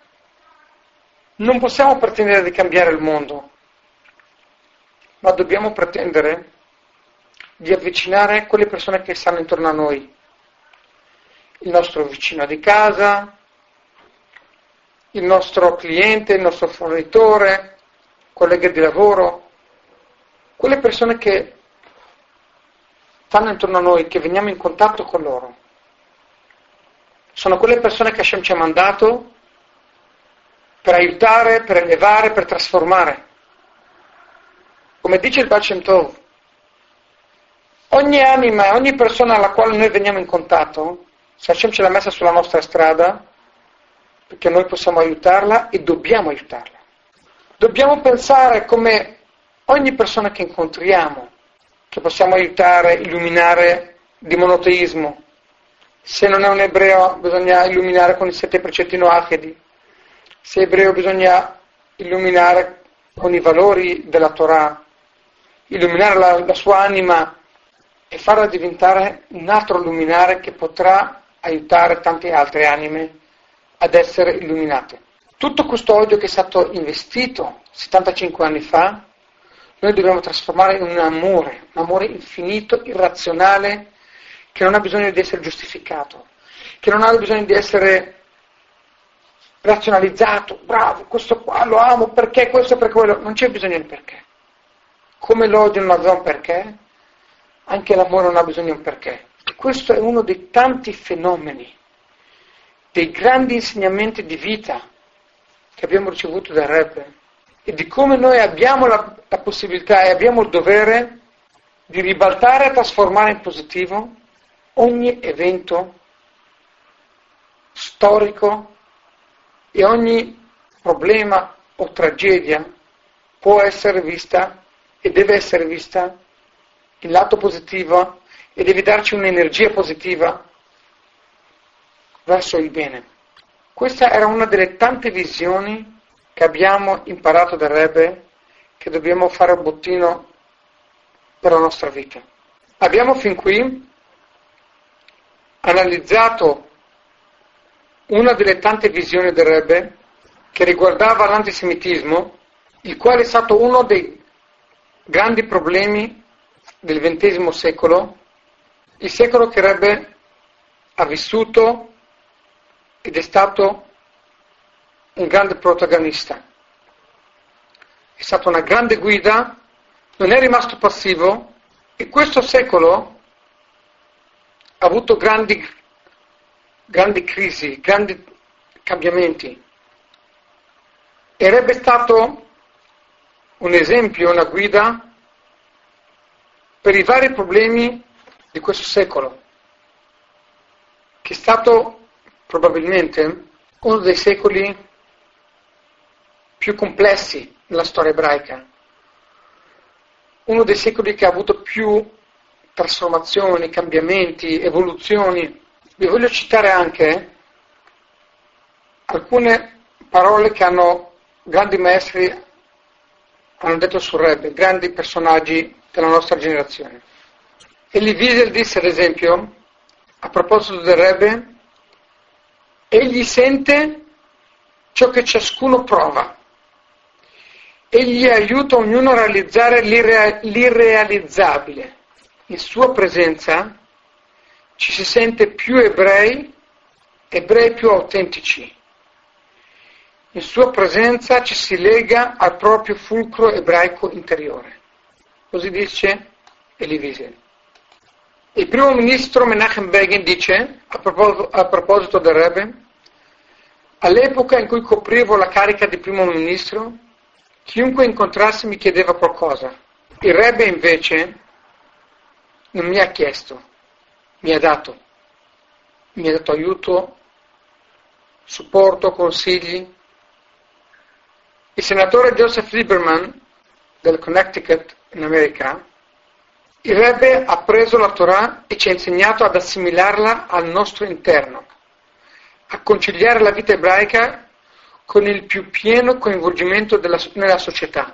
Non possiamo pretendere di cambiare il mondo, ma dobbiamo pretendere di avvicinare quelle persone che stanno intorno a noi, il nostro vicino di casa, il nostro cliente, il nostro fornitore, collega di lavoro, quelle persone che stanno intorno a noi, che veniamo in contatto con loro. Sono quelle persone che Hashem ci ha mandato per aiutare, per elevare, per trasformare. Come dice il Baal Shem Tov, ogni anima, ogni persona alla quale noi veniamo in contatto, se Hashem ce l'ha messa sulla nostra strada, perché noi possiamo aiutarla e dobbiamo aiutarla. Dobbiamo pensare come ogni persona che incontriamo, che possiamo aiutare, illuminare di monoteismo. Se non è un ebreo bisogna illuminare con i 7 precetti noachidi. Se è ebreo bisogna illuminare con i valori della Torah, illuminare la sua anima e farla diventare un altro luminare che potrà aiutare tante altre anime ad essere illuminate. Tutto questo odio che è stato investito 75 anni fa, noi dobbiamo trasformare in un amore infinito, irrazionale, che non ha bisogno di essere giustificato, che non ha bisogno di essere razionalizzato, bravo, questo qua lo amo, perché questo, per quello, non c'è bisogno di perché. Come l'odio non aveva un perché, anche l'amore non ha bisogno di un perché. E questo è uno dei tanti fenomeni, dei grandi insegnamenti di vita che abbiamo ricevuto dal Rebbe, e di come noi abbiamo la possibilità e abbiamo il dovere di ribaltare e trasformare in positivo ogni evento storico e ogni problema o tragedia può essere vista e deve essere vista il lato positivo e deve darci un'energia positiva verso il bene. Questa era una delle tante visioni che abbiamo imparato dal Rebbe, che dobbiamo fare un bottino per la nostra vita. Abbiamo fin qui analizzato una delle tante visioni del Rebbe che riguardava l'antisemitismo, il quale è stato uno dei grandi problemi del XX secolo, il secolo che il Rebbe ha vissuto ed è stato un grande protagonista. È stata una grande guida, non è rimasto passivo, e questo secolo ha avuto grandi crisi, grandi cambiamenti. E Rebbe è stato un esempio, una guida per i vari problemi di questo secolo, che è stato probabilmente uno dei secoli più complessi nella storia ebraica, uno dei secoli che ha avuto più trasformazioni, cambiamenti, evoluzioni. Vi voglio citare anche alcune parole che grandi maestri hanno detto sul Rebbe, grandi personaggi della nostra generazione. Elie Wiesel disse, ad esempio, a proposito del Rebbe, egli sente ciò che ciascuno prova. Egli aiuta ognuno a realizzare l'irrealizzabile. In sua presenza ci si sente più ebrei più autentici. In sua presenza ci si lega al proprio fulcro ebraico interiore. Così dice Elie Wiesel. Il primo ministro Menachem Begin dice, a proposito del Rebbe, all'epoca in cui coprivo la carica di primo ministro, chiunque incontrassi mi chiedeva qualcosa. Il Rebbe invece non mi ha chiesto, mi ha dato aiuto, supporto, consigli. Il senatore Joseph Lieberman del Connecticut in America, il Rebbe ha preso la Torah e ci ha insegnato ad assimilarla al nostro interno, a conciliare la vita ebraica con il più pieno coinvolgimento nella società.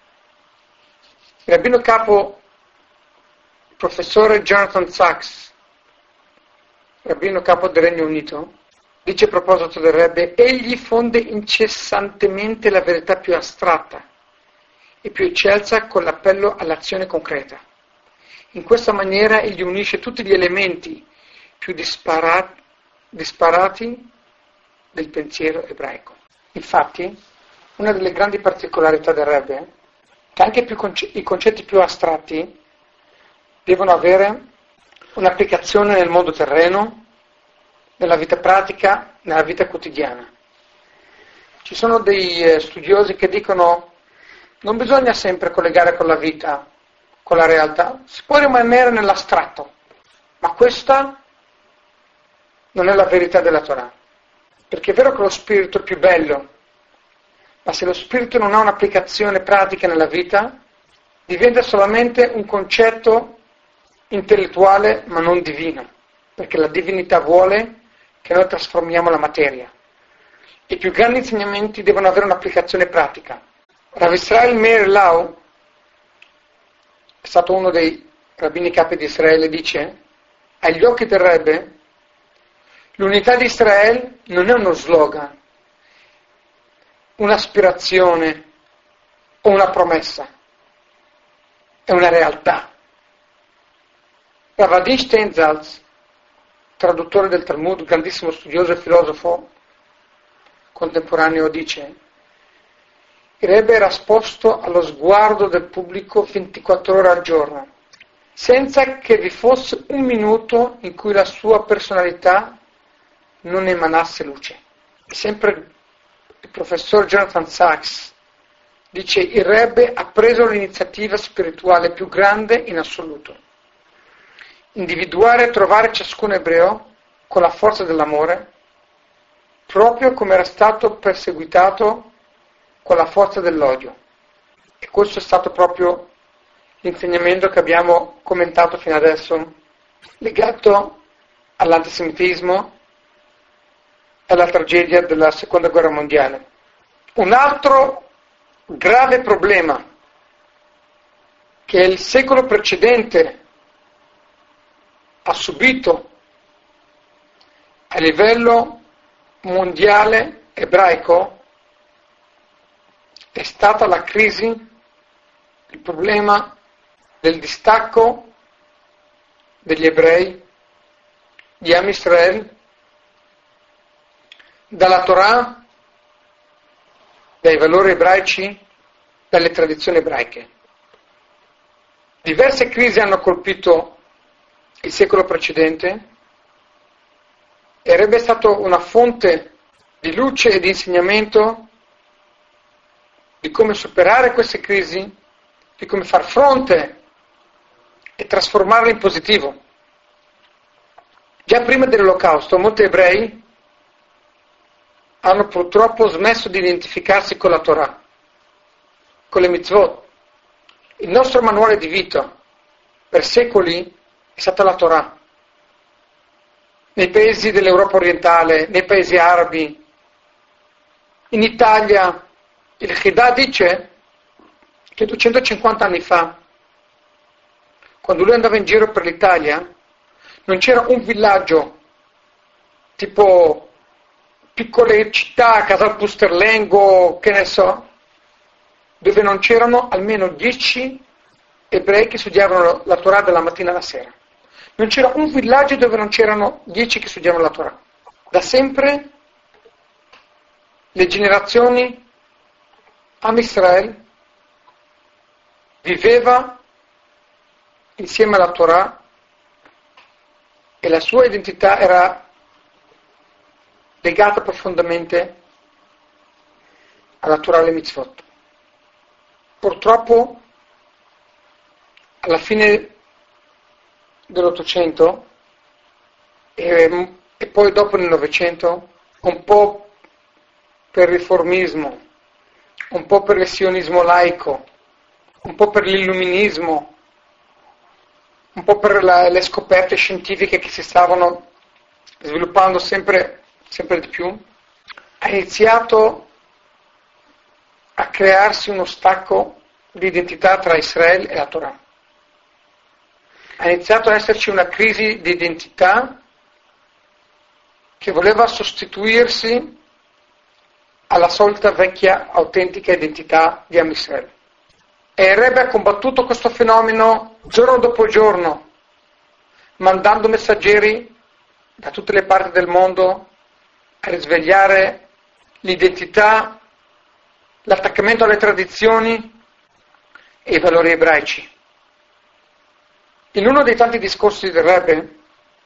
Il rabbino capo, il professore Jonathan Sachs, rabbino capo del Regno Unito, dice a proposito del Rebbe, egli fonde incessantemente la verità più astratta e più eccelsa con l'appello all'azione concreta. In questa maniera egli unisce tutti gli elementi più disparati del pensiero ebraico. Infatti, una delle grandi particolarità del Rebbe è che anche i concetti più astratti devono avere un'applicazione nel mondo terreno, nella vita pratica, nella vita quotidiana. Ci sono dei studiosi che dicono non bisogna sempre collegare con la vita, con la realtà, si può rimanere nell'astratto, ma questa non è la verità della Torah. Perché è vero che lo spirito è più bello, ma se lo spirito non ha un'applicazione pratica nella vita, diventa solamente un concetto intellettuale ma non divino, perché la divinità vuole che noi trasformiamo la materia. I più grandi insegnamenti devono avere un'applicazione pratica. Rav Israel Meir Lau, è stato uno dei rabbini capi di Israele, dice, agli occhi del Rebbe, l'unità di Israele non è uno slogan, un'aspirazione o una promessa, è una realtà. Rav Adi Steinsaltz, traduttore del Talmud, grandissimo studioso e filosofo contemporaneo, dice, il Rebbe era esposto allo sguardo del pubblico 24 ore al giorno, senza che vi fosse un minuto in cui la sua personalità non emanasse luce. E sempre il professor Jonathan Sachs dice, il Rebbe ha preso l'iniziativa spirituale più grande in assoluto. Individuare e trovare ciascun ebreo con la forza dell'amore, proprio come era stato perseguitato con la forza dell'odio. E questo è stato proprio l'insegnamento che abbiamo commentato fino adesso, legato all'antisemitismo e alla tragedia della Seconda Guerra Mondiale. Un altro grave problema che il secolo precedente ha subito a livello mondiale ebraico è stata la crisi, il problema del distacco degli ebrei, di Am Israel, dalla Torah, dai valori ebraici, dalle tradizioni ebraiche. Diverse crisi hanno colpito il secolo precedente e sarebbe stato una fonte di luce e di insegnamento di come superare queste crisi, di come far fronte e trasformarle in positivo. Già prima dell'Olocausto molti ebrei hanno purtroppo smesso di identificarsi con la Torah, con le mitzvot. Il nostro manuale di vita per secoli è stata la Torah. Nei paesi dell'Europa orientale, nei paesi arabi, in Italia, il Chida dice che 250 anni fa, quando lui andava in giro per l'Italia, non c'era un villaggio tipo piccole città, Casal Pusterlengo, che ne so, dove non c'erano almeno 10 ebrei che studiavano la Torah dalla mattina alla sera. Non c'era un villaggio dove non c'erano 10 che studiavano la Torah. Da sempre le generazioni Am Israel viveva insieme alla Torah e la sua identità era legata profondamente alla Torah e alle mitzvot. Purtroppo alla fine dell'Ottocento e poi dopo nel Novecento, un po' per il riformismo, un po' per il sionismo laico, un po' per l'illuminismo, un po' per le scoperte scientifiche che si stavano sviluppando sempre di più, ha iniziato a crearsi uno stacco di identità tra Israele e la Torah. Ha iniziato ad esserci una crisi di identità che voleva sostituirsi alla solita vecchia autentica identità di Am Israel. E il Rebbe ha combattuto questo fenomeno giorno dopo giorno, mandando messaggeri da tutte le parti del mondo a risvegliare l'identità, l'attaccamento alle tradizioni e i valori ebraici. In uno dei tanti discorsi del Rebbe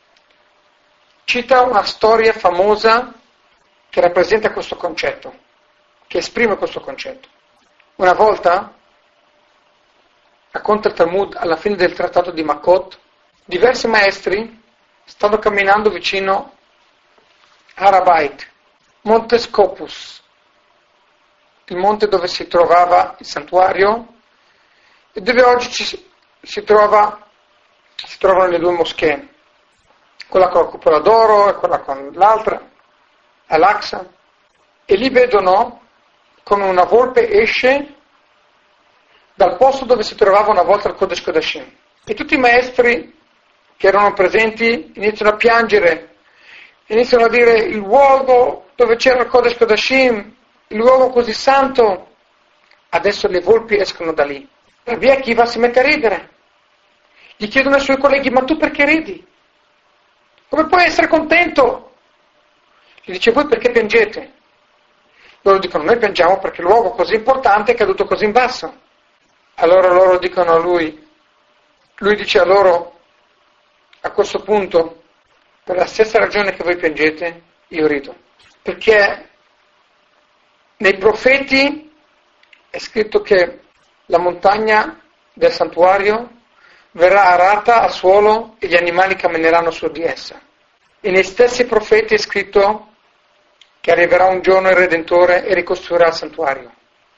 cita una storia famosa che rappresenta questo concetto, che esprime questo concetto. Una volta, racconta il Talmud, alla fine del trattato di Makot, diversi maestri stanno camminando vicino a Harabait, Monte Scopus, il monte dove si trovava il santuario e dove oggi si trovano le due moschee, quella con la cupola d'oro e quella con l'altra, Al-Aqsa, e lì vedono come una volpe esce dal posto dove si trovava una volta il Kodesh Kodashim. E tutti i maestri che erano presenti iniziano a piangere, iniziano a dire: il luogo dove c'era il Kodesh Kodashim, il luogo così santo, adesso le volpi escono da lì. Rabbi Akiva si mette a ridere. Gli chiedono ai suoi colleghi: ma tu perché ridi? Come puoi essere contento? Gli dice: voi perché piangete? Loro dicono: noi piangiamo perché il luogo così importante è caduto così in basso. Allora loro dicono a lui dice a loro: a questo punto, per la stessa ragione che voi piangete, io rido. Perché nei profeti è scritto che la montagna del santuario verrà arata al suolo e gli animali cammineranno su di essa. E nei stessi profeti è scritto che arriverà un giorno il Redentore e ricostruirà il santuario.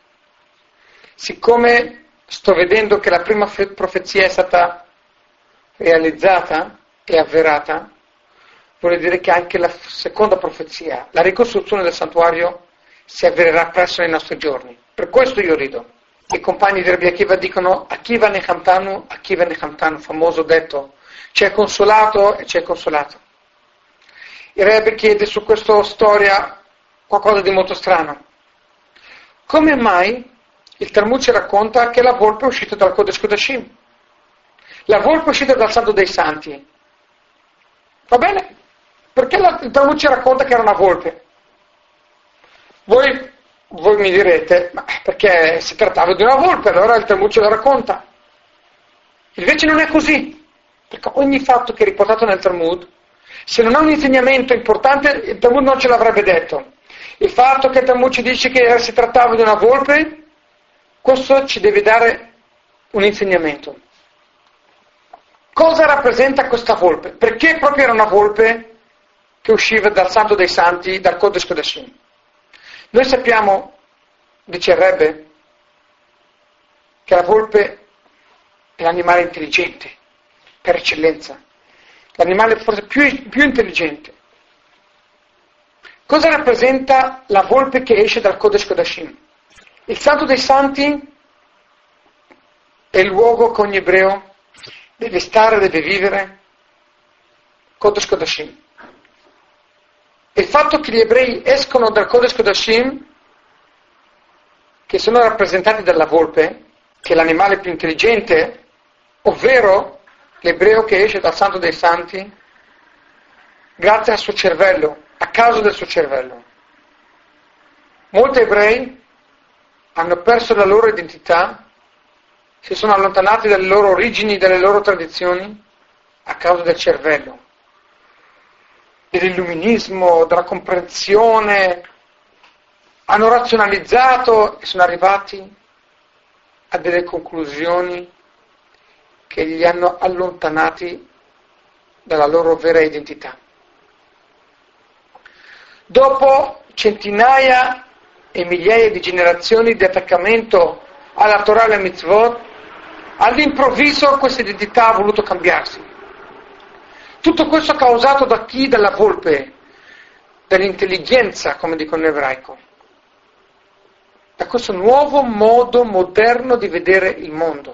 Siccome sto vedendo che la prima profezia è stata realizzata e avverata, vuol dire che anche la seconda profezia, la ricostruzione del santuario, si avvererà presto nei nostri giorni. Per questo io rido. I compagni di Rabbi Akiva dicono: Akiva Nechamtanu, famoso detto, c'è consolato e c'è consolato. Il Rebbe chiede su questa storia qualcosa di molto strano. Come mai il Talmud ci racconta che la volpe è uscita dal Kodesh Kodashim? La volpe è uscita dal Santo dei Santi. Va bene? Perché il Talmud ci racconta che era una volpe? Voi mi direte: ma perché si trattava di una volpe, allora il Talmud ce lo racconta. Invece non è così, perché ogni fatto che è riportato nel Talmud, se non ha un insegnamento importante, il Talmud non ce l'avrebbe detto. Il fatto che il Talmud ci dice che si trattava di una volpe, questo ci deve dare un insegnamento. Cosa rappresenta questa volpe? Perché proprio era una volpe che usciva dal Santo dei Santi, dal Kodesh Kodashim? Noi sappiamo, dice il Rebbe, che la volpe è l'animale intelligente, per eccellenza, l'animale forse più intelligente. Cosa rappresenta la volpe che esce dal Kodesh Kodashim? Il Santo dei Santi è il luogo che ogni ebreo deve stare, deve vivere, Kodesh Kodashim. Il fatto che gli ebrei escono dal Kodesh Kodashim che sono rappresentati dalla volpe, che è l'animale più intelligente, ovvero l'ebreo che esce dal Santo dei Santi, grazie al suo cervello, a causa del suo cervello. Molti ebrei hanno perso la loro identità, si sono allontanati dalle loro origini, dalle loro tradizioni, a causa del cervello, dell'illuminismo, della comprensione. Hanno razionalizzato e sono arrivati a delle conclusioni che li hanno allontanati dalla loro vera identità. Dopo centinaia e migliaia di generazioni di attaccamento alla Torah e alla mitzvot, all'improvviso questa identità ha voluto cambiarsi. Tutto questo causato da chi? Dalla volpe, dall'intelligenza, come dicono in ebraico, da questo nuovo modo moderno di vedere il mondo.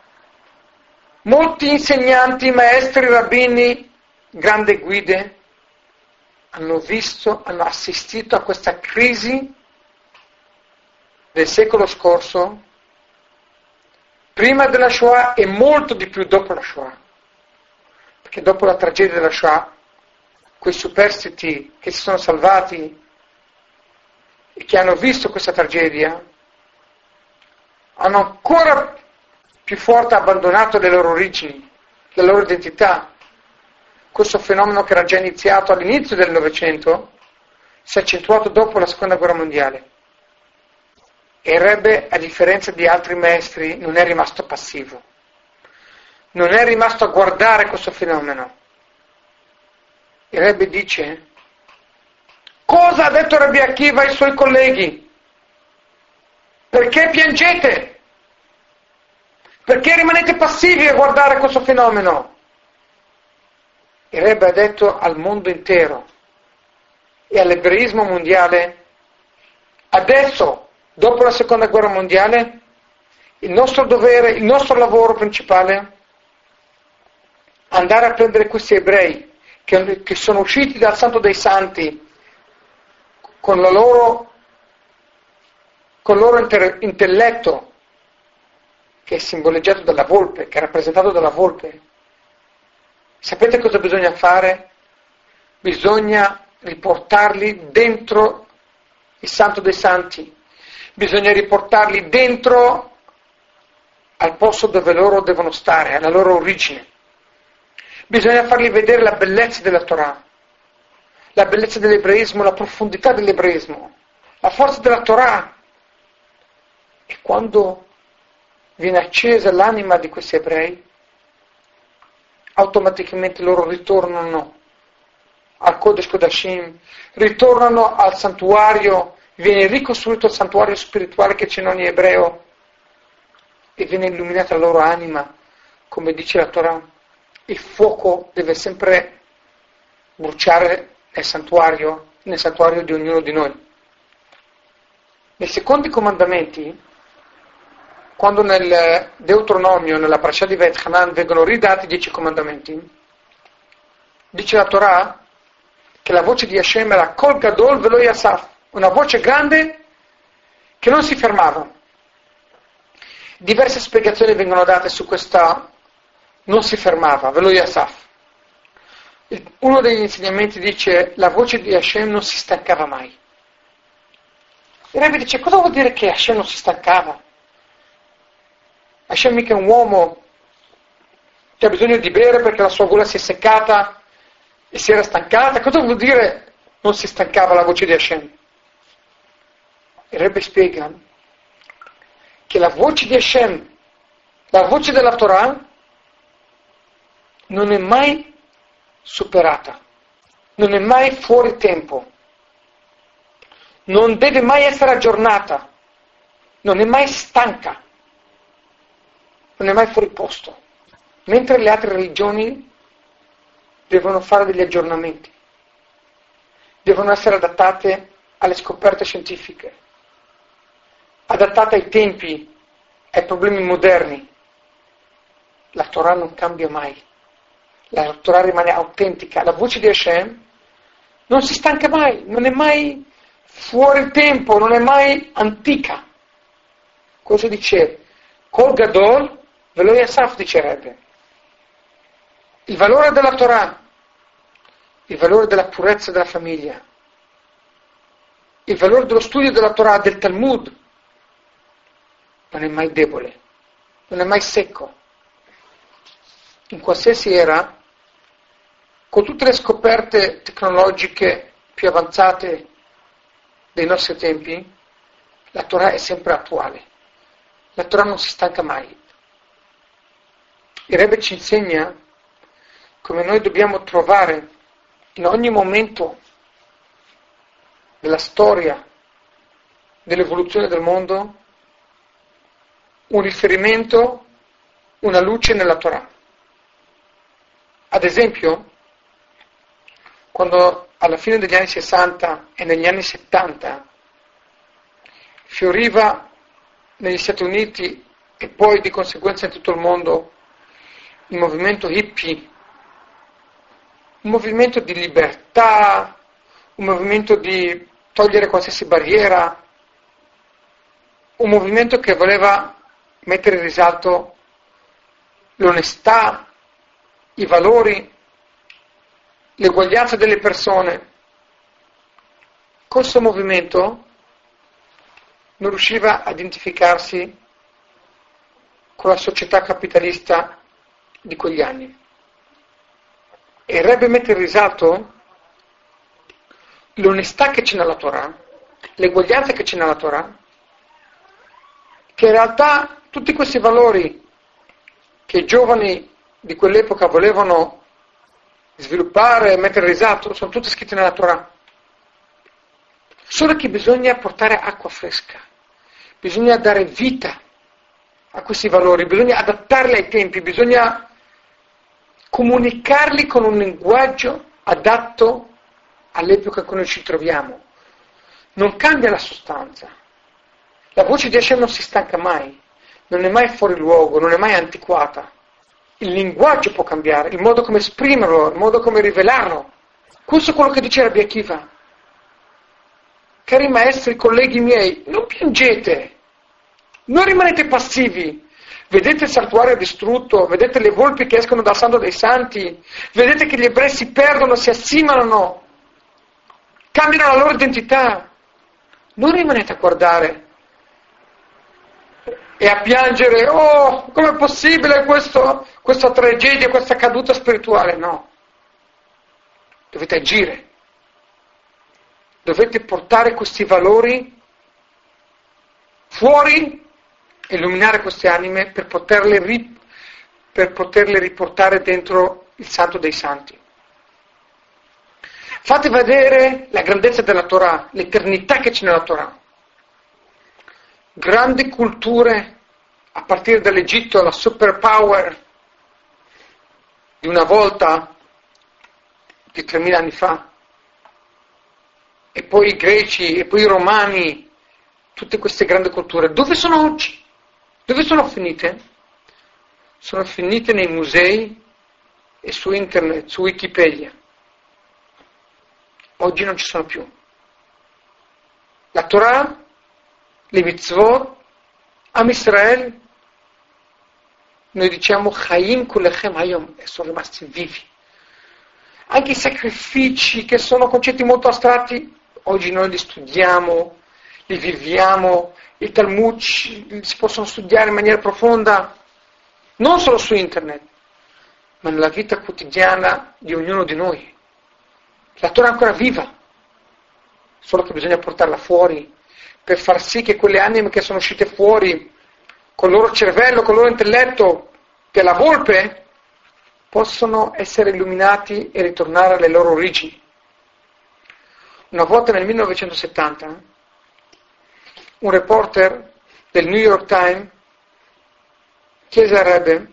Molti insegnanti, maestri, rabbini, grandi guide hanno assistito a questa crisi del secolo scorso, prima della Shoah e molto di più dopo la Shoah. Perché dopo la tragedia della Shoah, quei superstiti che si sono salvati e che hanno visto questa tragedia, hanno ancora più forte abbandonato le loro origini, la loro identità. Questo fenomeno che era già iniziato all'inizio del Novecento si è accentuato dopo la Seconda Guerra Mondiale. E il Rebbe, a differenza di altri maestri, non è rimasto passivo. Non è rimasto a guardare questo fenomeno. Il Rebbe dice: cosa ha detto Rabbi Akiva ai suoi colleghi? Perché piangete? Perché rimanete passivi a guardare questo fenomeno? Il Rebbe ha detto al mondo intero e all'ebraismo mondiale: adesso, dopo la Seconda Guerra Mondiale, il nostro dovere, il nostro lavoro principale è andare a prendere questi ebrei che sono usciti dal Santo dei Santi con il loro intelletto, che è simboleggiato dalla volpe, che è rappresentato dalla volpe. Sapete cosa bisogna fare? Bisogna riportarli dentro il Santo dei Santi, bisogna riportarli dentro al posto dove loro devono stare, alla loro origine. Bisogna fargli vedere la bellezza della Torah, la bellezza dell'ebraismo, la profondità dell'ebraismo, la forza della Torah. E quando viene accesa l'anima di questi ebrei, automaticamente loro ritornano al Kodesh Kodashim, ritornano al santuario, viene ricostruito il santuario spirituale che c'è in ogni ebreo e viene illuminata la loro anima, come dice la Torah. Il fuoco deve sempre bruciare nel santuario di ognuno di noi. Nei secondi comandamenti, quando nel Deuteronomio, nella Parasha di Veit Hanan, vengono ridati i 10 comandamenti, dice la Torah che la voce di Hashem era Kol Gadol Velo Yasaf, una voce grande che non si fermava. Diverse spiegazioni vengono date su questa non si fermava, Velo Yasaf. Uno degli insegnamenti dice la voce di Hashem non si stancava mai. Il Rebbe dice: cosa vuol dire che Hashem non si stancava? Hashem mica è un uomo che ha bisogno di bere perché la sua gola si è seccata e si era stancata. Cosa vuol dire non si stancava la voce di Hashem? Il Rebbe spiega che la voce di Hashem, la voce della Torah, non è mai superata, non è mai fuori tempo, non deve mai essere aggiornata, non è mai stanca, non è mai fuori posto, mentre le altre religioni devono fare degli aggiornamenti, devono essere adattate alle scoperte scientifiche, adattate ai tempi, ai problemi moderni. La Torah non cambia mai, la Torah rimane autentica, la voce di Hashem non si stanca mai, non è mai fuori tempo, non è mai antica, Cosa dice? Kol Gadol Velo Yasaf, dicerebbe. Il valore della Torah, il valore della purezza della famiglia, il valore dello studio della Torah, del Talmud, non è mai debole, non è mai secco. In qualsiasi era, con tutte le scoperte tecnologiche più avanzate dei nostri tempi, la Torah è sempre attuale. La Torah non si stanca mai. Il Rebbe ci insegna come noi dobbiamo trovare in ogni momento della storia, dell'evoluzione del mondo, un riferimento, una luce nella Torah. Ad esempio, quando alla fine degli anni 60 e negli anni 70 fioriva negli Stati Uniti e poi di conseguenza in tutto il mondo il movimento hippie, un movimento di libertà, un movimento di togliere qualsiasi barriera, un movimento che voleva mettere in risalto l'onestà, i valori, l'eguaglianza delle persone. Questo movimento non riusciva a identificarsi con la società capitalista di quegli anni. E il Rebbe mette in risalto l'onestà che c'è nella Torah, l'eguaglianza che c'è nella Torah, che in realtà tutti questi valori che i giovani di quell'epoca volevano sviluppare e mettere in risalto sono tutti scritti nella Torah. Solo che bisogna portare acqua fresca, bisogna dare vita a questi valori, bisogna adattarli ai tempi, bisogna comunicarli con un linguaggio adatto all'epoca in cui noi ci troviamo. Non cambia la sostanza. La voce di Hashem non si stanca mai, non è mai fuori luogo, non è mai antiquata. Il linguaggio può cambiare, il modo come esprimerlo, il modo come rivelarlo. Questo è quello che dice Rabbi Akiva. Cari maestri, colleghi miei, non piangete, non rimanete passivi. Vedete il santuario distrutto, vedete le volpi che escono dal santo dei santi, vedete che gli ebrei si perdono, si assimilano, cambiano la loro identità. Non rimanete a guardare e a piangere, oh, com'è possibile questa tragedia, questa caduta spirituale? No. Dovete agire. Dovete portare questi valori fuori, illuminare queste anime per poterle riportare dentro il Santo dei Santi. Fate vedere la grandezza della Torah, l'eternità che c'è nella Torah. Grandi culture, a partire dall'Egitto, la superpower di una volta, di 3000 anni fa, e poi i greci, e poi i romani, tutte queste grandi culture, dove sono oggi? Dove sono finite? Sono finite nei musei e su internet, su Wikipedia. Oggi non ci sono più. La Torah, le mitzvot, Am Israel, noi diciamo Chaim Kulechem Hayom, e sono rimasti vivi. Anche i sacrifici, che sono concetti molto astratti, oggi noi li studiamo, li viviamo, i Talmud si possono studiare in maniera profonda, non solo su internet, ma nella vita quotidiana di ognuno di noi. La Torah è ancora viva, solo che bisogna portarla fuori, per far sì che quelle anime che sono uscite fuori, col loro cervello, col loro intelletto, della volpe, possono essere illuminati e ritornare alle loro origini. Una volta nel 1970, un reporter del New York Times chiese a Rebbe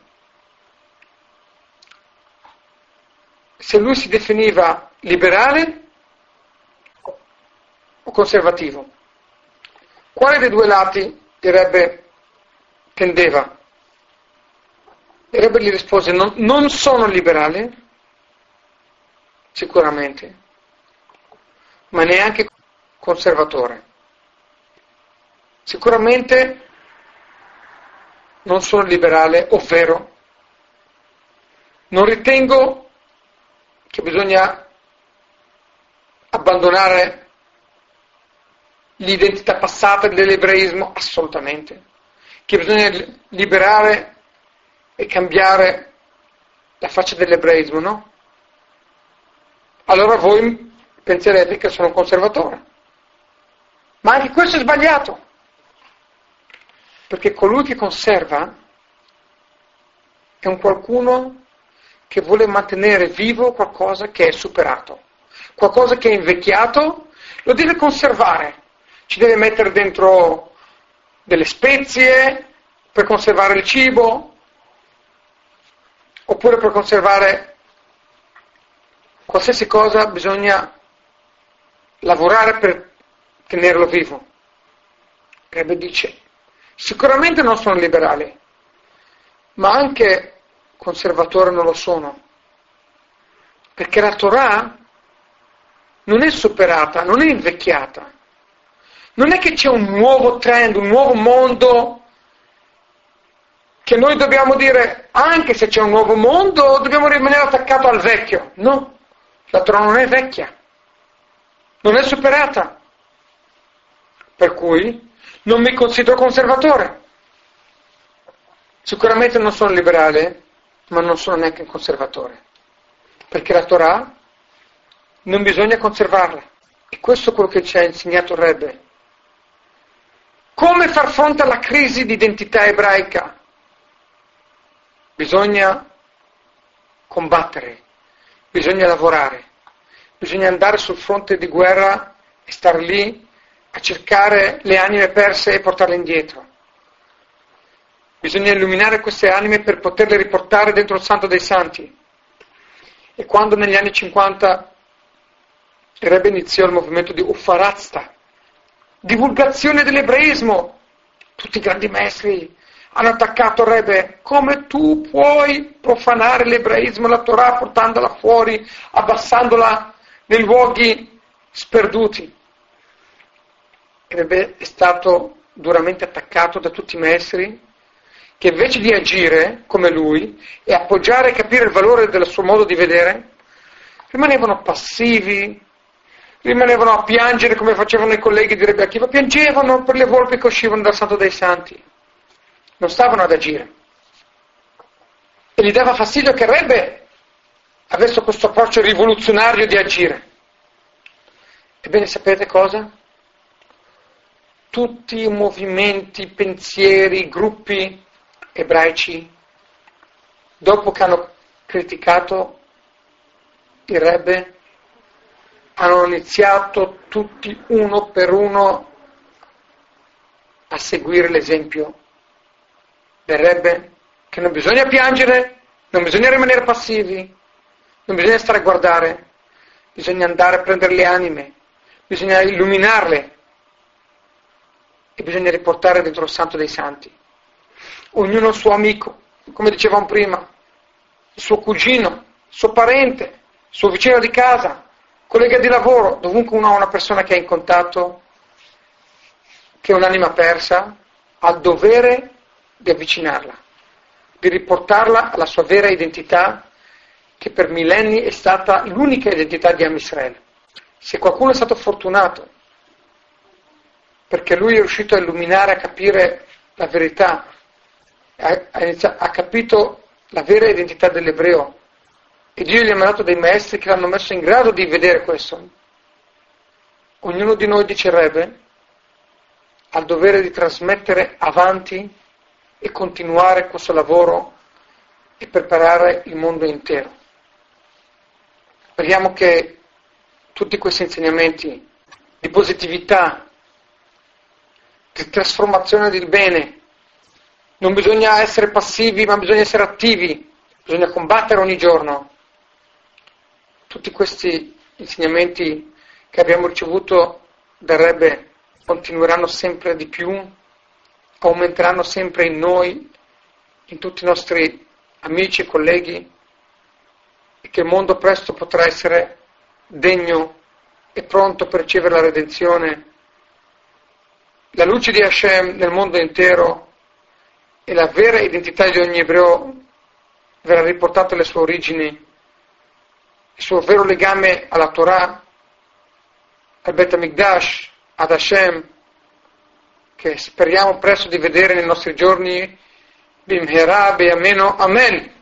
se lui si definiva liberale o conservativo. Quale dei due lati il Rebbe tendeva? Il Rebbe gli rispose: non sono liberale, sicuramente, ma neanche conservatore. Sicuramente non sono liberale, ovvero non ritengo che bisogna abbandonare l'identità passata dell'ebraismo, assolutamente, che bisogna liberare e cambiare la faccia dell'ebraismo, no? Allora voi penserete che sono un conservatore. Ma anche questo è sbagliato, perché colui che conserva è un qualcuno che vuole mantenere vivo qualcosa che è superato, qualcosa che è invecchiato, lo deve conservare, ci deve mettere dentro delle spezie per conservare il cibo, oppure per conservare qualsiasi cosa bisogna lavorare per tenerlo vivo. Rebbe dice, sicuramente non sono liberale, ma anche conservatore non lo sono, perché la Torah non è superata, non è invecchiata, non è che c'è un nuovo trend, un nuovo mondo che noi dobbiamo dire, anche se c'è un nuovo mondo, dobbiamo rimanere attaccati al vecchio. No, la Torah non è vecchia, non è superata, per cui non mi considero conservatore. Sicuramente non sono liberale, ma non sono neanche un conservatore, perché la Torah non bisogna conservarla, e questo è quello che ci ha insegnato il Rebbe. Come far fronte alla crisi di identità ebraica? Bisogna combattere, bisogna lavorare, bisogna andare sul fronte di guerra e star lì a cercare le anime perse e portarle indietro. Bisogna illuminare queste anime per poterle riportare dentro il Santo dei Santi. E quando negli anni 50 il Rebbe iniziò il movimento di Ufarazta, divulgazione dell'ebraismo, tutti i grandi maestri hanno attaccato il Rebbe. Come tu puoi profanare l'ebraismo, la Torah, portandola fuori, abbassandola nei luoghi sperduti? Il Rebbe è stato duramente attaccato da tutti i maestri, che invece di agire come lui e appoggiare e capire il valore del suo modo di vedere, rimanevano passivi, rimanevano a piangere come facevano i colleghi di Rebbe Akiva, piangevano per le volpi che uscivano dal Santo dei Santi, non stavano ad agire. E gli dava fastidio che Rebbe avesse questo approccio rivoluzionario di agire. Ebbene, sapete cosa? Tutti i movimenti, pensieri, gruppi ebraici, dopo che hanno criticato il Rebbe, hanno iniziato tutti uno per uno a seguire l'esempio del Rebbe, che non bisogna piangere, non bisogna rimanere passivi, non bisogna stare a guardare, bisogna andare a prendere le anime, bisogna illuminarle e bisogna riportare dentro il Santo dei Santi. Ognuno il suo amico, come dicevamo prima, il suo cugino, il suo parente, il suo vicino di casa, collega di lavoro, dovunque uno ha una persona che è in contatto, che è un'anima persa, ha il dovere di avvicinarla, di riportarla alla sua vera identità, che per millenni è stata l'unica identità di Am Israele. Se qualcuno è stato fortunato perché lui è riuscito a illuminare, a capire la verità, ha capito la vera identità dell'ebreo, e Dio gli ha mandato dei maestri che l'hanno messo in grado di vedere questo. Ognuno di noi, dice il Rebbe, ha il dovere di trasmettere avanti e continuare questo lavoro e preparare il mondo intero. Speriamo che tutti questi insegnamenti di positività, di trasformazione del bene, non bisogna essere passivi, ma bisogna essere attivi, bisogna combattere ogni giorno. Tutti questi insegnamenti che abbiamo ricevuto dal Rebbe continueranno sempre di più, aumenteranno sempre in noi, in tutti i nostri amici e colleghi, e che il mondo presto potrà essere degno e pronto per ricevere la redenzione, la luce di Hashem nel mondo intero e la vera identità di ogni ebreo verrà riportata alle sue origini, il suo vero legame alla Torah, al Bet HaMikdash, ad Hashem, che speriamo presto di vedere nei nostri giorni, Bimhera Be'ameno Amen.